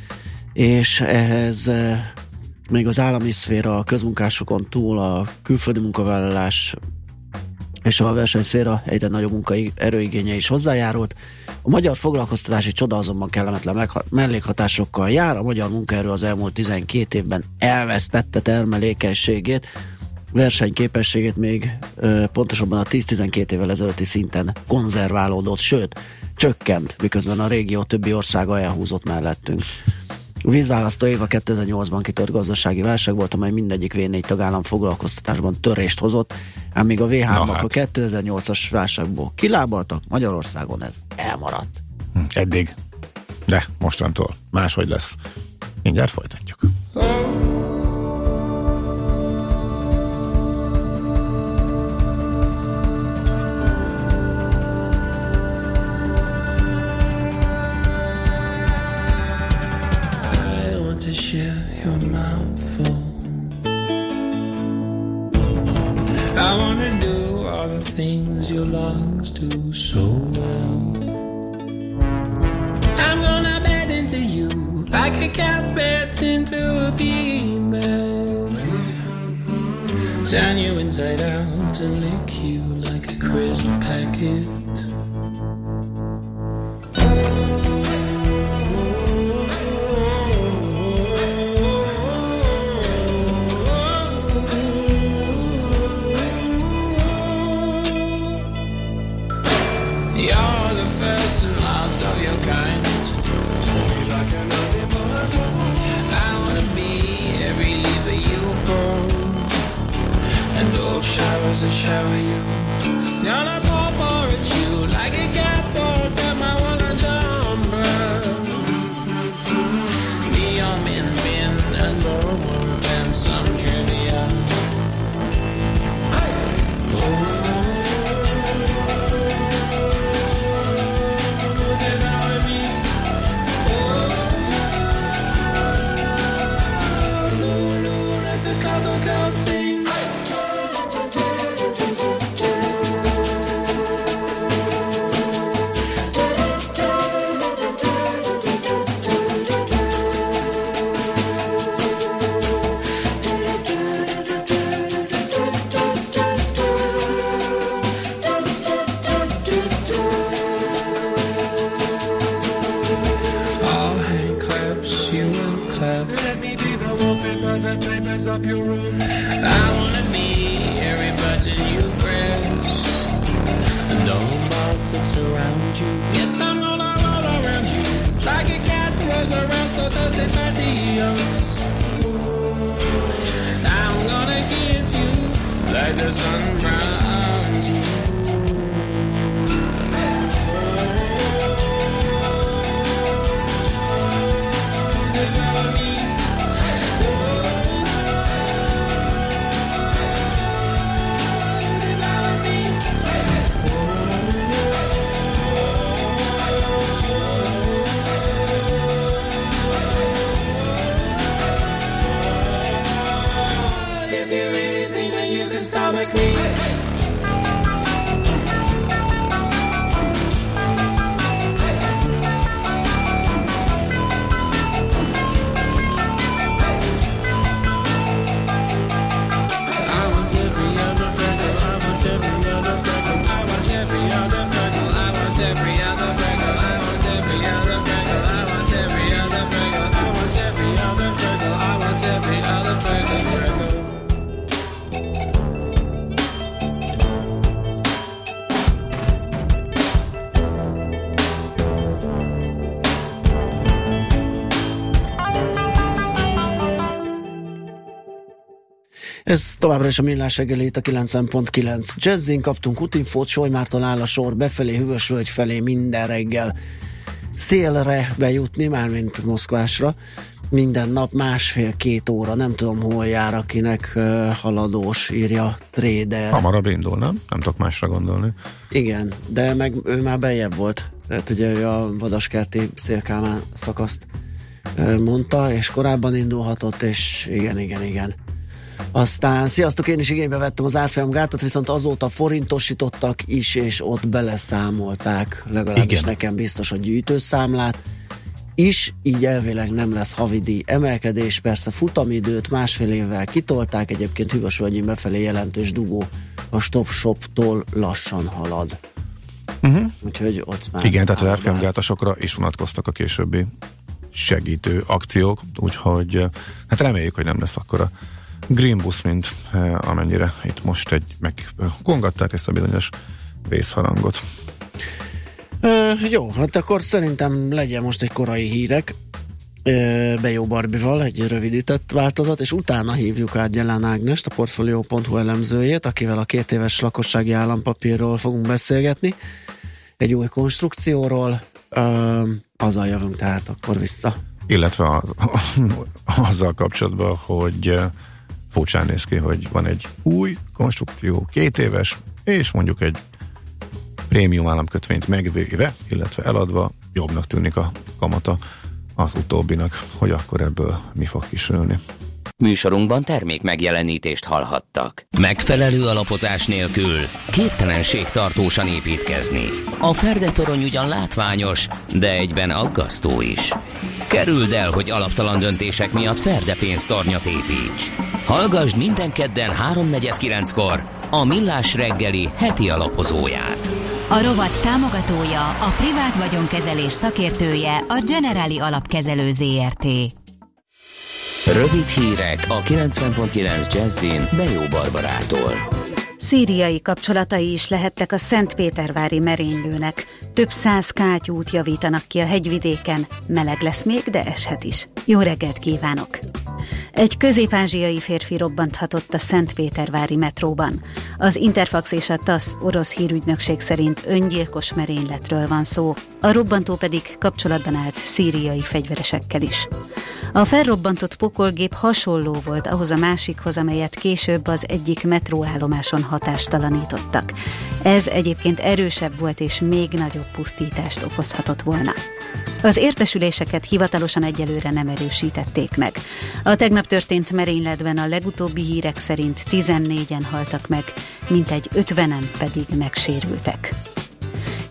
és ehhez e, még az állami szféra, a közmunkásokon túl a külföldi munkavállalás és a versenyszféra egyre nagyobb munkaerőigénye is hozzájárult. A magyar foglalkoztatási csoda azonban kellemetlen mellékhatásokkal jár. A magyar munkaerő az elmúlt tizenkét évben elvesztette termelékenységét, versenyképességét még ö, pontosabban a tíz-tizenkét évvel ezelőtti szinten konzerválódott, sőt, csökkent, miközben a régió többi országa elhúzott mellettünk. A vízválasztó év a kétezer-nyolcban kitört gazdasági válság volt, amely mindegyik vé négy tagállam foglalkoztatásban törést hozott, ám még a vé hármak hát. a kétezer-nyolcas válságból kilábaltak, Magyarországon ez elmaradt. Eddig, de mostantól máshogy lesz. Mindjárt folytatjuk. I wanna do all the things your lungs do so well. I'm gonna bed into you like a cat beds into a female. Turn you inside out and lick you like a crisp packet. To shower you, gonna pour pour at you like a cat pours at my wallet umbrella. Me on min min and more worth and some trivia. Oh. Let me be the wallpaper that papers up your room. I wanna be every button you press, and all the mouths that surround you. Yes, I'm gonna roll around you like a cat rolls around, so does it matter else? I'm gonna kiss you like the sun browns you. If you really think that you can stomach me, Ez továbbra is a Millás reggeli, itt a kilencven pont kilenc Jazzin, kaptunk útinfót, Solymártól áll a sor befelé, Hűvösvölgy felé minden reggel szélre bejutni, mármint Moszkvásra, minden nap másfél-két óra, nem tudom hol jár, akinek uh, haladós, írja Trader. Hamarabb indul, nem? Nem tudok másra gondolni. Igen, de meg ő már bejebb volt, tehát ugye ő a Vadaskerti Szél-Kálmán szakaszt uh, mondta, és korábban indulhatott, és igen, igen, igen. Aztán, sziasztok, én is igénybe vettem az árfolyamgátat, viszont azóta forintosítottak is, és ott beleszámolták, legalábbis igen. Nekem biztos a gyűjtőszámlát is, így elvileg nem lesz havidíj emelkedés, persze futamidőt másfél évvel kitolták, egyébként Hűvösvölgyén befelé jelentős dugó a Stop Shoptól lassan halad. Uh-huh. Úgyhogy ott már... Igen, tehát az árfolyamgátasokra is vonatkoztak a későbbi segítő akciók, úgyhogy hát reméljük, hogy nem lesz akkora Green Bus, mint eh, amennyire itt most egy megkongatták ezt a bizonyos vészharangot. Ö, jó, hát akkor szerintem legyen most egy korai hírek ö, Bejó Barbival, egy rövidített változat, és utána hívjuk át Gyelán Ágnest, a Portfolio pont hu elemzőjét, akivel a két éves lakossági állampapírról fogunk beszélgetni, egy új konstrukcióról, ö, azzal jövünk tehát akkor vissza. Illetve az, azzal kapcsolatban, hogy furcsán néz ki, hogy van egy új konstrukció, két éves, és mondjuk egy prémium államkötvényt megvéve, illetve eladva, jobbnak tűnik a kamata az utóbbinak, hogy akkor ebből mi fog kisülni. Műsorunkban termék megjelenítést hallhattak. Megfelelő alapozás nélkül képtelenség tartósan építkezni. A Ferdetorony ugyan látványos, de egyben aggasztó is. Kerüld el, hogy alaptalan döntések miatt Ferde pénztornyot építs. Hallgass minden kedden háromnegyed kilenckor a Millás reggeli heti alapozóját. A rovat támogatója, a privát vagyonkezelés szakértője, a Generali Alapkezelő zé er té. Rövid hírek a kilencven pont kilenc Jazzin Bejó Barbarától. Szíriai kapcsolatai is lehettek a szentpétervári merénylőnek. Több száz kátyút javítanak ki a hegyvidéken. Meleg lesz még, de eshet is. Jó reggelt kívánok! Egy közép-ázsiai férfi robbanthatott a szentpétervári metróban. Az Interfax és a TASZ orosz hírügynökség szerint öngyilkos merényletről van szó, a robbantó pedig kapcsolatban állt szíriai fegyveresekkel is. A felrobbantott pokolgép hasonló volt ahhoz a másikhoz, amelyet később az egyik metróállomáson hatástalanítottak. Ez egyébként erősebb volt és még nagyobb pusztítást okozhatott volna. Az értesüléseket hivatalosan egyelőre nem erősítették meg. A tegnap történt merényletben a legutóbbi hírek szerint tizennégyen haltak meg, mintegy ötvenen pedig megsérültek.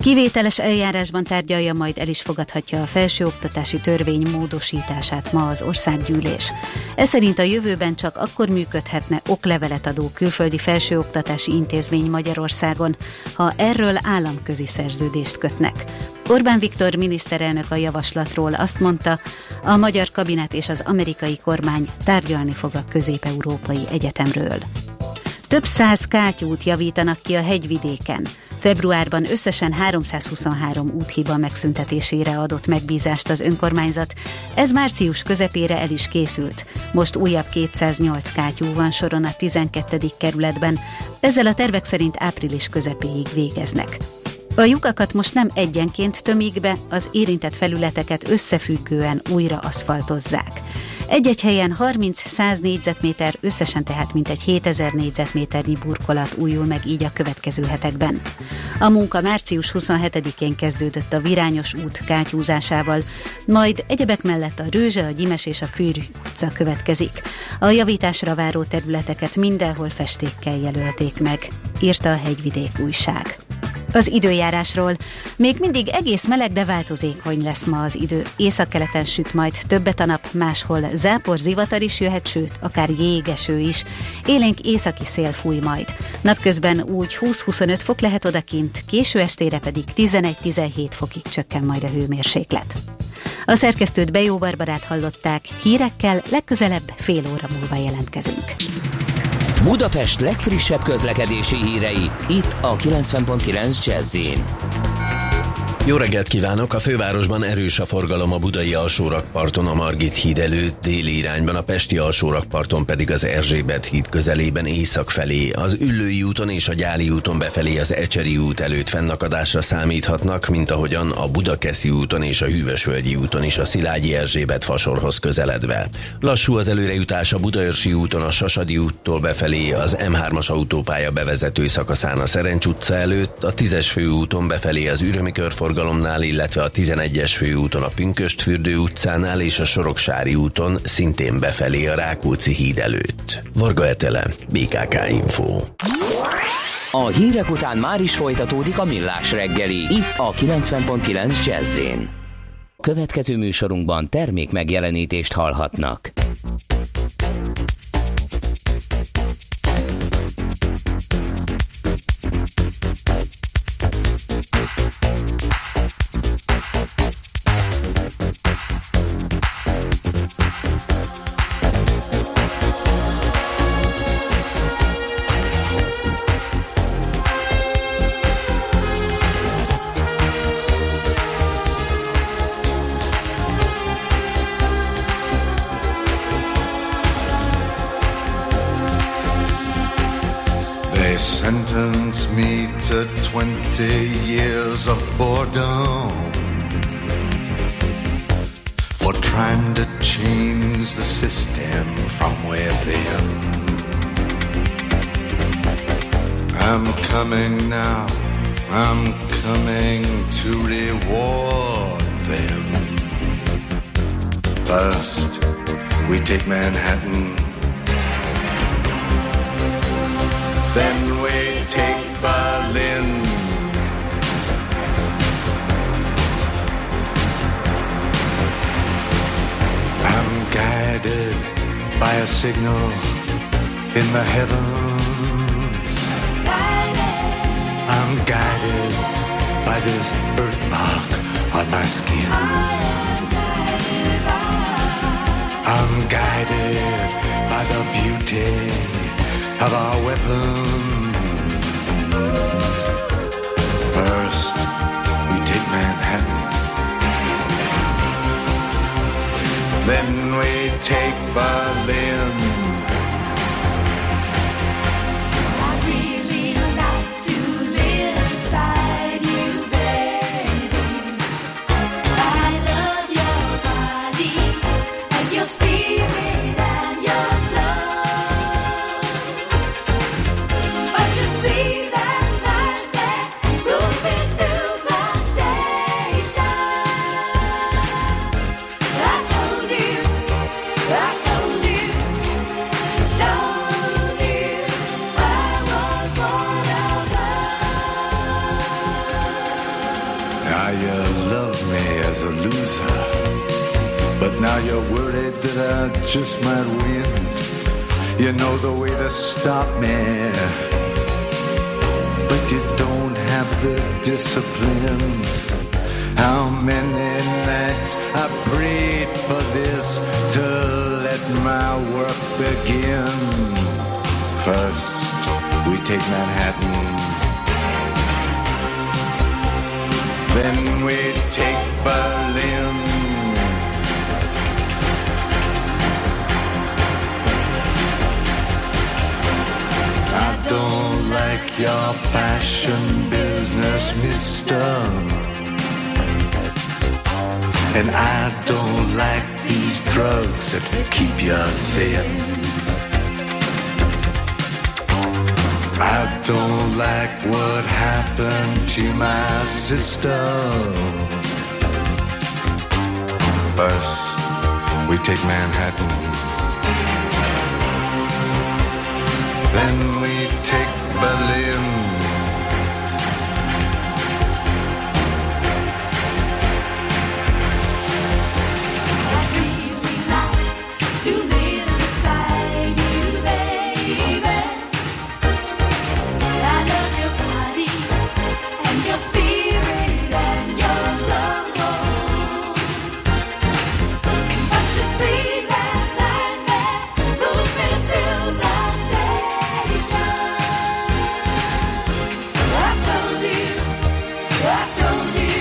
Kivételes eljárásban tárgyalja, majd el is fogadhatja a felsőoktatási törvény módosítását ma az országgyűlés. Ez szerint a jövőben csak akkor működhetne oklevelet adó külföldi felsőoktatási intézmény Magyarországon, ha erről államközi szerződést kötnek. Orbán Viktor miniszterelnök a javaslatról azt mondta, a magyar kabinet és az amerikai kormány tárgyalni fog a közép-európai egyetemről. Több száz kátyút javítanak ki a hegyvidéken. Februárban összesen háromszázhuszonhárom úthiba megszüntetésére adott megbízást az önkormányzat. Ez március közepére el is készült. Most újabb kétszáznyolc kátyú van soron a tizenkettedik kerületben. Ezzel a tervek szerint április közepéig végeznek. A lyukakat most nem egyenként tömik be, az érintett felületeket összefüggően újra aszfaltozzák. Egy-egy helyen harminc-száz négyzetméter, összesen tehát mintegy hétezer négyzetméternyi burkolat újul meg így a következő hetekben. A munka március huszonhetedikén kezdődött a Virányos út kátyúzásával, majd egyebek mellett a Rőzse, a Gyimes és a Fűrű utca következik. A javításra váró területeket mindenhol festékkel jelölték meg, írta a Hegyvidék újság. Az időjárásról. Még mindig egész meleg, de változékony lesz ma az idő. Északkeleten süt majd többet a nap, máshol zápor, zivatar is jöhet, sőt, akár jégeső is. Élénk északi szél fúj majd. Napközben úgy húsz-huszonöt fok lehet odakint, késő estére pedig tizenegy-tizenhét fokig csökken majd a hőmérséklet. A szerkesztőt Bejó Barbarát hallották, hírekkel legközelebb fél óra múlva jelentkezünk. Budapest legfrissebb közlekedési hírei, itt a kilencven pont kilenc Jazz-in. Jó reggelt kívánok! A fővárosban erős a forgalom a budai alsórakparton, a Margit híd előtt, déli irányban, a pesti alsórakparton pedig az Erzsébet híd közelében észak felé. Az Üllői úton és a Gyáli úton befelé az Ecseri út előtt fennakadásra számíthatnak, mint ahogyan a Budakeszi úton és a Hűvösvölgyi úton is a Szilágyi Erzsébet fasorhoz közeledve. Lassú az előrejutás a Budaörsi úton a Sasadi úttól befelé, az M hármas autópálya bevezető szakaszán a Szerencs utca előtt, a tízes főúton befelé az Ürömi körforgalom, illetve a tizenegyes főúton a Pünkösdfürdő utcánál és a Soroksári úton szintén befelé a Rákóczi híd előtt. Varga Etele, bé ká ká Info. A hírek után már is folytatódik a Millás reggeli, itt a kilencven pont kilenc Jazz-én. Következő műsorunkban termék megjelenítést hallhatnak. Sentence me to twenty years of boredom for trying to change the system from within. I'm coming now, I'm coming to reward them. First, we take Manhattan. Then we take Berlin. I'm guided by a signal in the heavens. I'm guided by this birthmark on my skin. I'm guided by the beauty of our weapons. First, we take Manhattan. Then we take Berlin. I really like to live beside you, baby. I love your body and your spirit and your love. But you see that nightmare moving through my station. I told you, I told that I just might win. You know the way to stop me, but you don't have the discipline. How many nights I prayed for this to let my work begin. First, we take Manhattan, then we take Berlin. I don't like your fashion business, mister. And I don't like these drugs that keep you thin. I don't like what happened to my sister. First, we take Manhattan, then we take Berlin. To live beside you, baby. I love your body and your spirit and your clothes. But you see that line there moving through the station. I told you, I told you,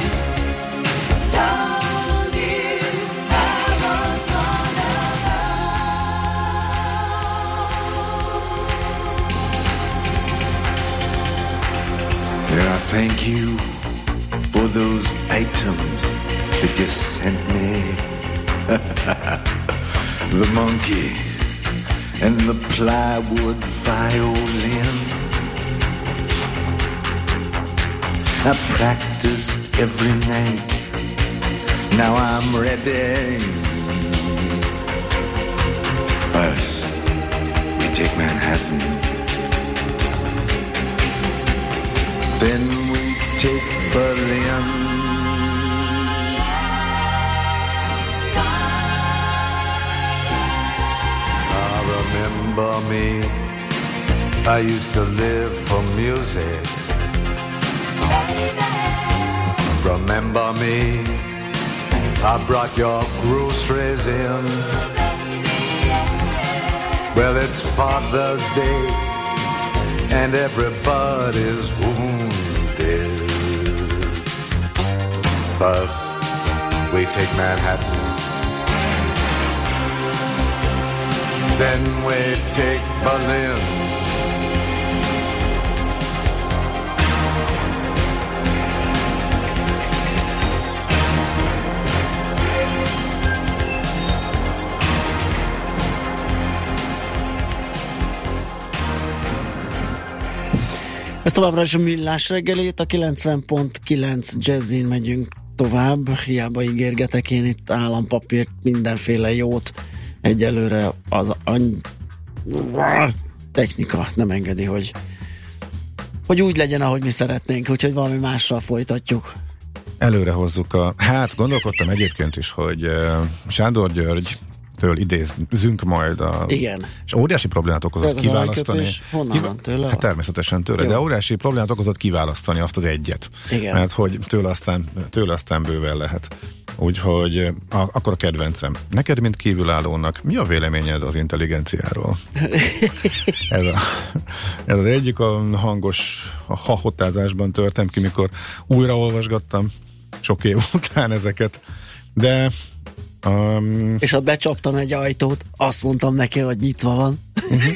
told you I was one of And I thank you for those items that you sent me. The monkey and the plywood violin. I practiced every night. Now I'm ready. First, we take Manhattan. Then we take Berlin. Ah, remember me? I used to live for music. Remember me? I brought your groceries in. Well, it's Father's Day and everybody's wounded. First, we take Manhattan, then we take Berlin. Ez továbbra is a Millás reggelét, a kilencven pont kilenc Jazzin megyünk tovább, hiába ígérgetek én itt állampapírt, mindenféle jót, egyelőre az any... technika nem engedi, hogy hogy úgy legyen, ahogy mi szeretnénk, úgyhogy valami mással folytatjuk. Előre hozzuk a... Hát gondolkodtam egyébként is, hogy uh, Sándor György től idézzünk majd a... Igen. És óriási problémát okozott kiválasztani. Honnan van tőle? Hát természetesen tőle, jó. De óriási problémát okozott kiválasztani azt az egyet. Igen. Mert hogy tőle aztán, tőle aztán bőven lehet. Úgyhogy a, akkor a kedvencem. Neked, mint kívülállónak, mi a véleményed az intelligenciáról? ez, a, ez az egyik a hangos a hahotázásban történt ki, mikor újra olvasgattam sok év után ezeket. De Um, és ha becsaptam egy ajtót, azt mondtam neki, hogy nyitva van. Uh-huh.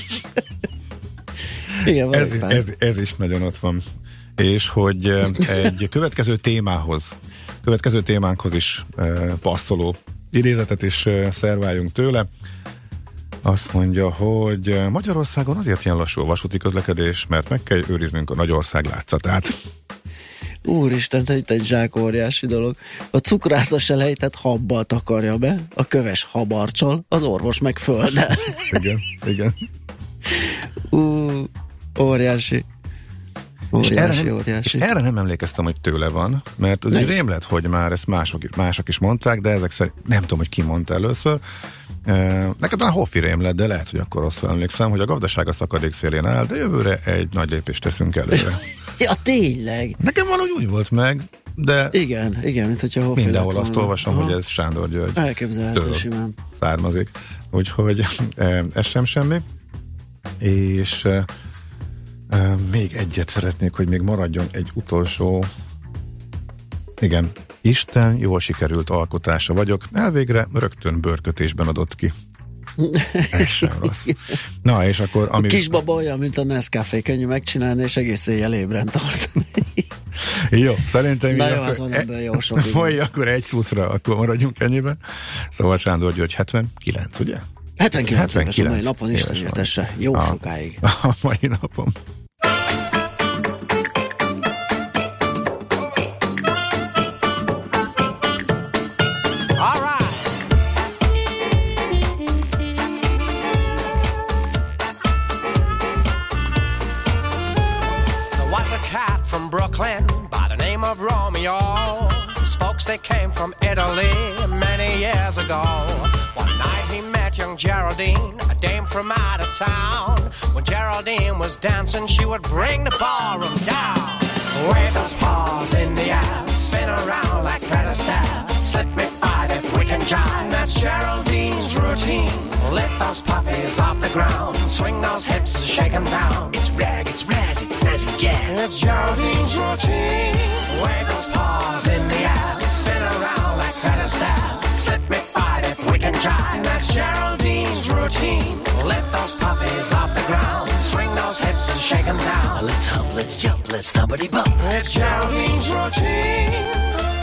Igen, ez, ez, ez is nagyon ott van. És hogy egy következő témához, következő témánkhoz is uh, passzoló idézetet is uh, szerváljunk tőle. Azt mondja, hogy Magyarországon azért ilyen lassú a vasúti közlekedés, mert meg kell őriznünk a Nagyország látszatát. Úristen, te itt egy zsák óriási dolog. A cukrászos se lejtett habbal takarja be, a köves habarcsal, az orvos meg földdel. Igen, igen. Ú, óriási. Óriási, és, erre nem, óriási. és erre nem emlékeztem, hogy tőle van, mert az egy rémlet, hogy már ezt mások, mások is mondták, de ezek szerint nem tudom, hogy ki mondta először. Neked talán Hoffi rémlet, de lehet, hogy akkor rosszul emlékszem, hogy a gazdaság a szakadék szélén áll, de jövőre egy nagy lépést teszünk előre. Ja, tényleg. Nekem valahogy úgy volt meg, de igen, igen, mint hogyha Hoffi mindenhol azt volna. olvasom, Aha. hogy ez Sándor György elképzelhető simán származik. Úgyhogy ez sem semmi. És e, e, még egyet szeretnék, hogy még maradjon egy utolsó. Igen, Isten jól sikerült alkotása vagyok. Elvégre rögtön bőrkötésben adott ki. Ez sem rossz. Na, és akkor... Ami... A kisbaba olyan, mint a Nescafé, könnyű megcsinálni, és egész éjjel ébren tartani. Jó, szerintem... Na jó, akkor, hát van ebből jó sok. Vagy akkor egy szuszra, akkor maradjunk ennyiben. Szóval Sándor György hetvenkilenc, ugye? hetvenkilenc éves a mai napon, Isten értesse. Jó a, sokáig. A mai napon. Brooklyn by the name of Romeo. His folks, they came from Italy many years ago. One night he met young Geraldine, a dame from out of town. When Geraldine was dancing, she would bring the ballroom down. Wave those paws in the air, spin around like Fred Astaire. Slip me five if we can jive. That's Geraldine's routine. Lift those puppies off the ground. Swing those hips and shake them down. It's rag, it's razz, it's snazzy jazz. It's Geraldine's routine. Wave those paws in the air. Spin around like Fred Astaire. Slip me five if we can jive. That's Geraldine's routine. Lift those puppies off the ground. Swing those hips and shake them down. Let's hop, let's jump, let's thumpity bump. It's Geraldine's routine.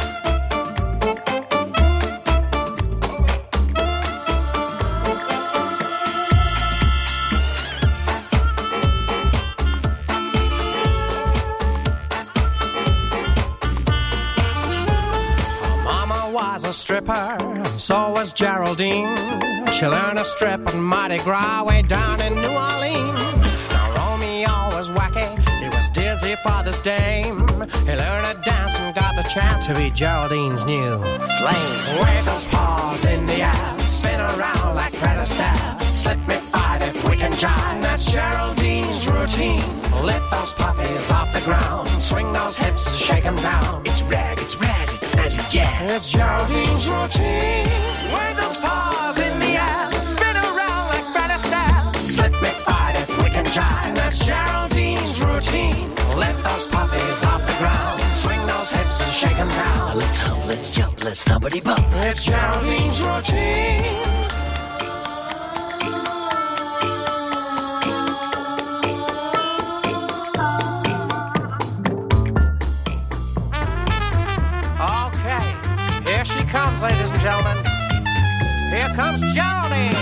A stripper, so was Geraldine. She learned to strip on Mardi Gras way down in New Orleans. Now Romeo was wacky, he was dizzy for this dame. He learned to dance and got the chance to be Geraldine's new flame. Wave those paws in the air, spin around like Fred Astaire. Slip me five if we can jive. That's Geraldine's routine. Lift those puppies off the ground. Swing those hips and shake them down. It's rag, it's razz, it's snazzy jazz. It's Geraldine's routine. Wave those paws in the air. Spin around like Fred Astaire. Slip me five if we can jive. That's Geraldine's routine. Lift those puppies off the ground. Swing those hips and shake them down. Let's hop, let's jump, let's thumpity bump. It's Geraldine's routine. Here she comes, ladies and gentlemen. Here comes Geraldine.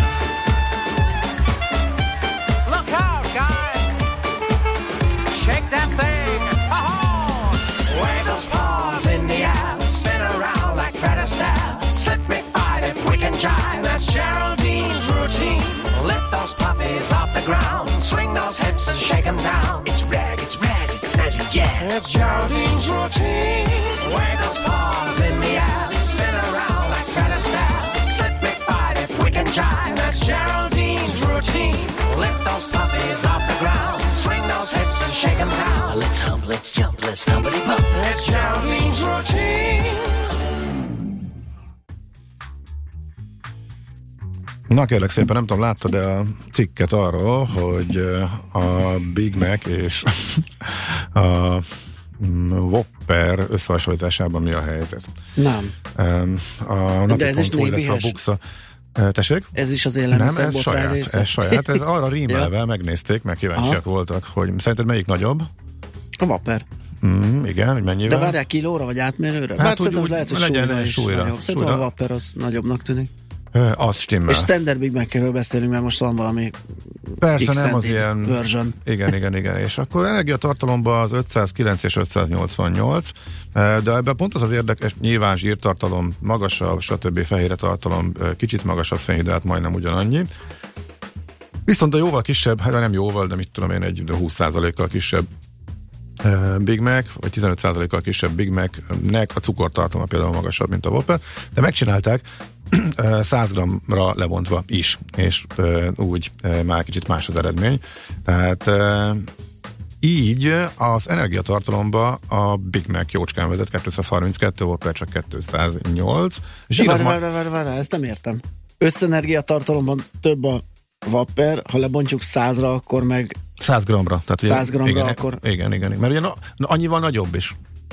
Look out, guys. Shake that thing. Oh! Wave those paws in the air. Spin around like Fred Astaire. Slip me five if we can jive. That's Geraldine's routine. Lift those puppies off the ground. Swing those hips and shake them down. It's rag, it's razz, it's snazzy jazz. It's Geraldine's routine. Wave those paws in the air. Spin around like Fred Astaire. Slip me five if we can jive. That's Geraldine's routine. Lift those puppies off the ground. Swing those hips and shake them down. Let's hop, let's jump, let's thumpity bump. It's Geraldine's routine. Na kérlek szépen, nem tudom, láttad de a cikket arról, hogy a Big Mac és a Whopper összehasonlításában mi a helyzet? Nem. A napi de ez is pont hu, illetve a Buxa. Tessék? Ez is az élelmiszer Nem, ez botrány saját, része? ez saját. Ez arra rímelve megnézték, meg kíváncsiak Aha. voltak, hogy szerinted melyik nagyobb? A Whopper. Mm, igen, hogy mennyivel? De várjál kilóra vagy átmérőre? Hát Bár úgy, szerintem úgy, lehet, hogy legyen súlyra is súlyra. nagyobb. Szerintem súlyra. a Whopper az nagyobbnak tűnik. Az stimmel. És standard Big Mac-ről beszélünk, mert most van valami Persze nem az ilyen version. Igen, igen, igen. És akkor energiatartalomban az ötszázkilenc és ötszáznyolcvannyolc, de ebben pont az az érdekes, nyilván zsírtartalom magasabb, stb. Fehérjetartalom kicsit magasabb, szénhidrát majdnem ugyanannyi. Viszont a jóval kisebb, hát nem jóval, de mit tudom én, egy húsz százalékkal kisebb Big Mac, vagy tizenöt százalékkal kisebb Big Mac-nek a cukortartalma például magasabb, mint a Whopper, de megcsinálták száz grammra lebontva is, és úgy már kicsit más az eredmény. Tehát így az energiatartalomba a Big Mac jócskán vezet, kétszázharminckettő, Whopper csak kétszáznyolc. Várj, várj, várj, várj, ezt nem értem. Összenergiatartalomban több a Whopper, ha lebontjuk százra, akkor meg száz grammra. Tehát ugye, száz grammra, igen, akkor... Igen, igen, igen. Mert ugye na, na, annyival nagyobb is.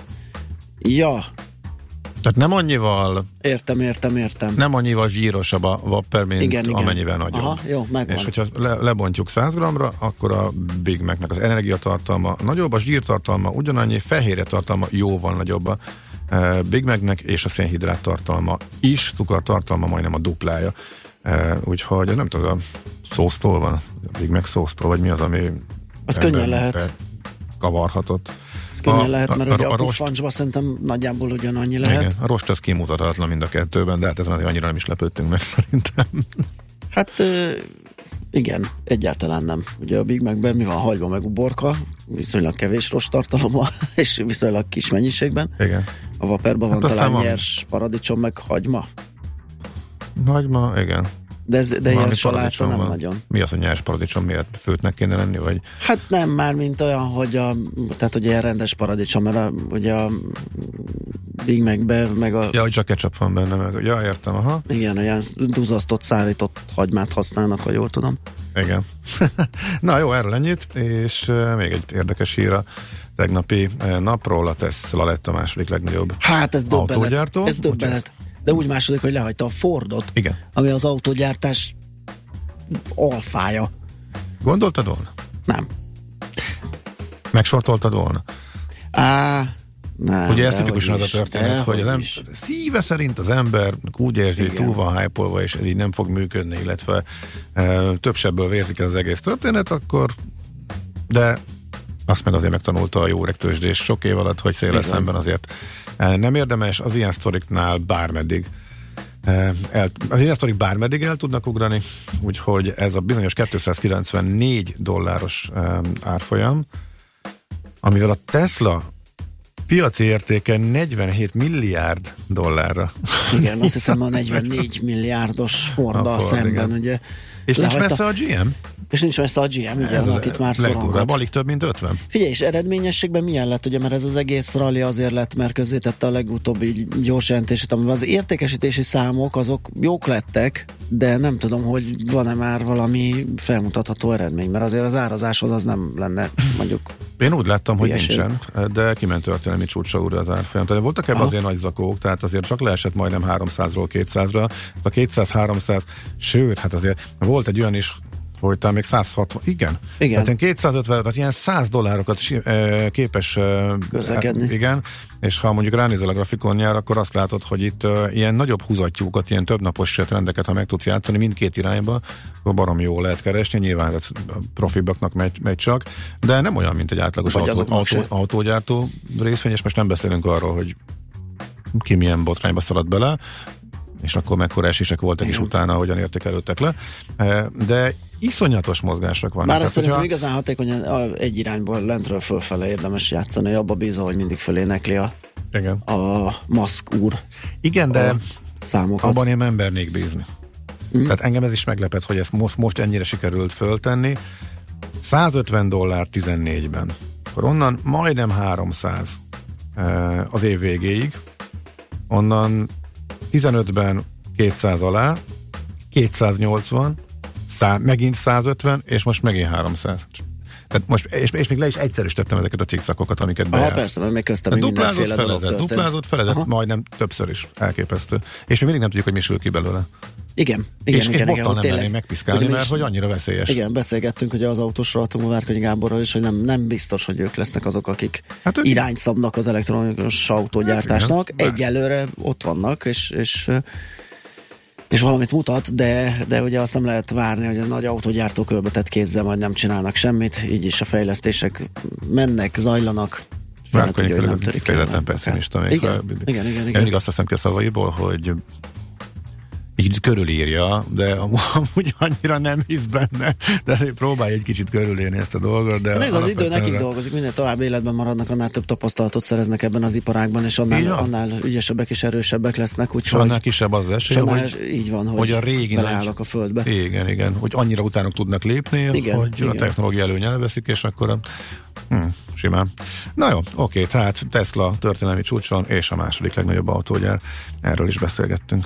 Ja. Tehát nem annyival... Értem, értem, értem. Nem annyival zsírosabb a Whopper, mint igen, igen. amennyivel nagyobb. Aha, jó, megvan. És hogyha le, lebontjuk száz grammra, akkor a Big Macnek az energiatartalma nagyobb, a zsírtartalma ugyanannyi, fehérje tartalma jóval nagyobb a Big Macnek, és a szénhidrát tartalma is, cukortartalma majdnem a duplája. Uh, úgyhogy nem tudom, a szósztól van, a Big Mac szósztól, vagy mi az, ami az könnyen lehet kavarhatott. Ez könnyen a, lehet, mert a, ugye a, a puffancsban szerintem nagyjából ugyanannyi lehet. Igen, a rost az kimutathatatlan mind a kettőben, de hát ezen azért annyira nem is lepődtünk meg szerintem. Hát igen, egyáltalán nem. Ugye a Big Macben mi van, hagyva meg uborka, viszonylag kevés rost tartalommal, és viszonylag kis mennyiségben. Igen. A Whopperban van hát talán van nyers paradicsom meg hagyma. Hagyma, igen. De, ez, de ilyen saláta nem nagyon. Mi az, hogy nyers paradicsom, miért főtnek kéne lenni? Vagy? Hát nem, már mint olyan, hogy a, tehát ugye ilyen rendes paradicsom, mert a, ugye a Big Macbe, meg a... Ja, hogy csak ketchup van benne, meg, ja, értem, aha. Igen, olyan duzasztott, szárított hagymát használnak, ha jól tudom. Igen. Na jó, erről ennyit, és uh, még egy érdekes hír a tegnapi uh, napról, a Tesla lett a második legnagyobb hát ez autógyártó. Ez döbbenet. De úgy második, hogy lehagyta a Fordot, igen, ami az autógyártás alfája. Gondoltad volna? Nem. Megsortoltad volna? Á, nem. Ugye ez tipikusan az a történet, hogy az is. em- szíve szerint az ember úgy érzi, hogy túl van hype-olva, és ez így nem fog működni, illetve e, több sebből vérzik ez az egész történet, akkor de azt meg azért megtanulta a jó öreg tőzsdés sok év alatt, hogy széles szemben azért nem érdemes, az ilyen sztoriknál bármeddig el, az ilyen sztorik bármeddig el tudnak ugrani, úgyhogy ez a bizonyos kétszázkilencvennégy dolláros árfolyam, amivel a Tesla piaci értéke negyvenhét milliárd dollárra. Igen, azt hiszem a negyvennégy milliárdos Forddal szemben, igen. Ugye. És nincs messze a gé em? És nincs messze a gé em, ugye, az, akit már szorongat. Alig több, mint ötven. Figyelj, és eredményességben milyen lett, ugye, mert ez az egész rally azért lett, mert közzétette a legutóbbi gyors jelentését, amiben az értékesítési számok azok jók lettek, de nem tudom, hogy van-e már valami felmutatható eredmény, mert azért az árazáshoz az nem lenne, mondjuk. Én úgy láttam, hogy ilyeség. nincsen, de kiment történelmi csúcsra újra az árfolyam. Tehát voltak ebben azért nagy zakók, tehát azért csak leesett majdnem háromszázról kétszázra, a kétszáz-háromszáz, sőt, hát azért volt egy olyan is, hogy talán még száz hatvan, igen. Igen. Tehát kétszázötven, tehát ilyen száz dollárokat e, képes e, közlekedni. Igen, és ha mondjuk ránézel a grafikonjára, akkor azt látod, hogy itt e, ilyen nagyobb húzattyúkat, ilyen többnapos trendeket, ha meg tudsz játszani mindkét irányba, akkor barom jól lehet keresni, nyilván ez profibaknak megy, megy csak, de nem olyan, mint egy átlagos autó, autó, autógyártó részvény, és most nem beszélünk arról, hogy ki milyen botrányba szaladt bele, és akkor mekkora esések voltak is utána, hogyan értékelődtek le. De iszonyatos mozgások vannak. Már azt szerintem hogyha... igazán hatékonyan egy irányból lentről fölfele érdemes játszani, abba bízva, hogy mindig fölénekli a, igen. a Musk úr. Igen, de számokat. Abban én embernék bízni. Mm. Tehát engem ez is meglepett, hogy ezt most, most ennyire sikerült föltenni. százötven dollár tizennégyben. Akkor onnan majdnem háromszáz az év végéig. Onnan tizenötben kétszáz alá, kétszáznyolcvan, szá, megint százötven, és most megint háromszáz. Tehát most, és, és még le is egyszerűsítettem ezeket a cikkszakokat, amiket bejárt. Ah, persze, mert még köztem még mindenféle dolog történt. Duplázott, felezett, majdnem többször is. Elképesztő. És még mindig nem tudjuk, hogy mi sül ki belőle. Igen, igen, és, igen, és igen, bottal nem merném megpiszkálni, mert is, hogy annyira veszélyes. Igen, beszélgettünk ugye az autós rovatomú Várkonyi Gáborral is, hogy nem, nem biztos, hogy ők lesznek azok, akik hát irányt szabnak az elektronikus autógyártásnak. Hát, egyelőre ott vannak, és, és és valamit mutat, de, de ugye azt nem lehet várni, hogy a nagy autógyártók ölbetett kézzel majd nem csinálnak semmit, így is a fejlesztések mennek, zajlanak. Várkonyi körülbelül kifejezetten pessimista. Igen, igen, igen, igen, igen. Én mindig azt teszem ki a szavaiból, hogy így körülírja, de amúgy annyira nem hisz benne, de próbálj egy kicsit körülírni ezt a dolgot. De ez az idő nekik dolgozik, minél tovább életben maradnak, annál több tapasztalatot szereznek ebben az iparágban, és annál, annál ügyesebbek és erősebbek lesznek. És annál kisebb az esély, hogy, így van, hogy, hogy a régi beleállnak a földbe. Igen, igen, hogy annyira utánuk tudnak lépni, igen, hogy igen. A technológia előny elveszik, és akkor a hm, simán. Na jó, oké, tehát Tesla történelmi csúcson, és a második legnagyobb autógyár. Erről is beszélgettünk.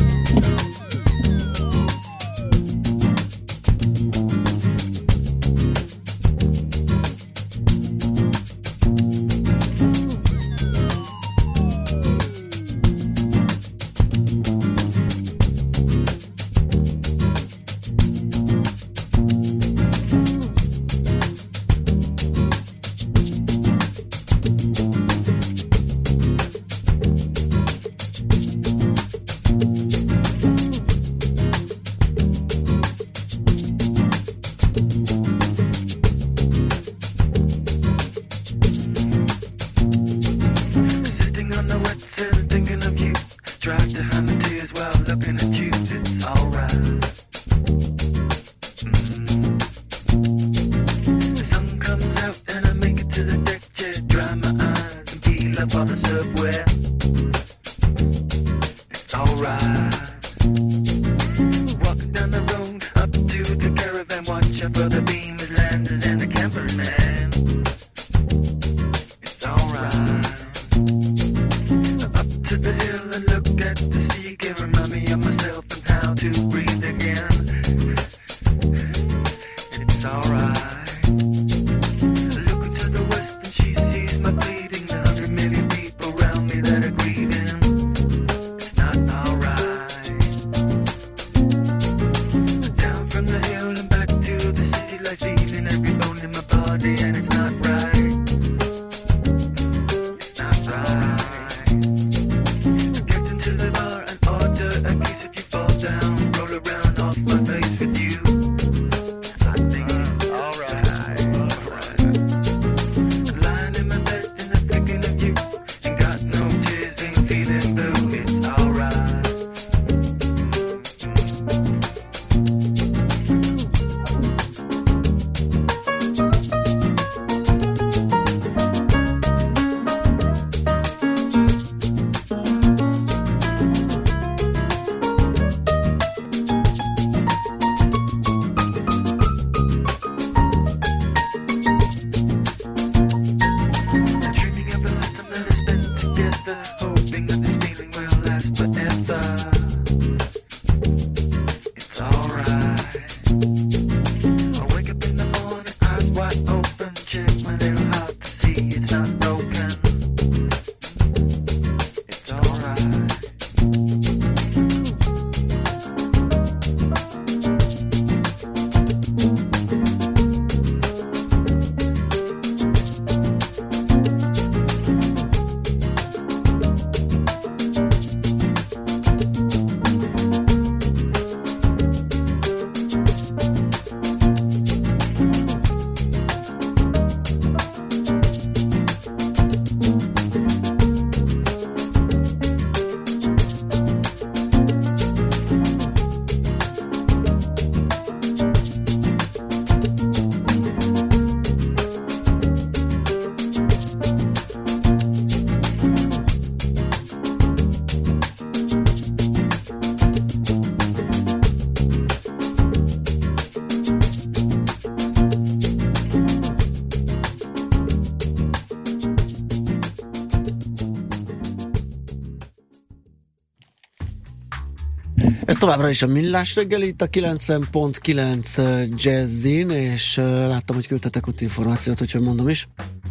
Ez továbbra is a Millás reggeli, itt a kilencven pont kilenc Jazzin, és uh, láttam, hogy küldtetek ott információt, úgyhogy mondom is.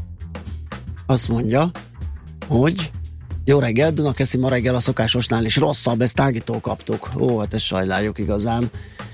Azt mondja, hogy jó reggel, Dunakeszi ma reggel a szokásosnál is rosszabb, ezt tágítól kaptuk. Ó, hát ezt sajnáljuk igazán.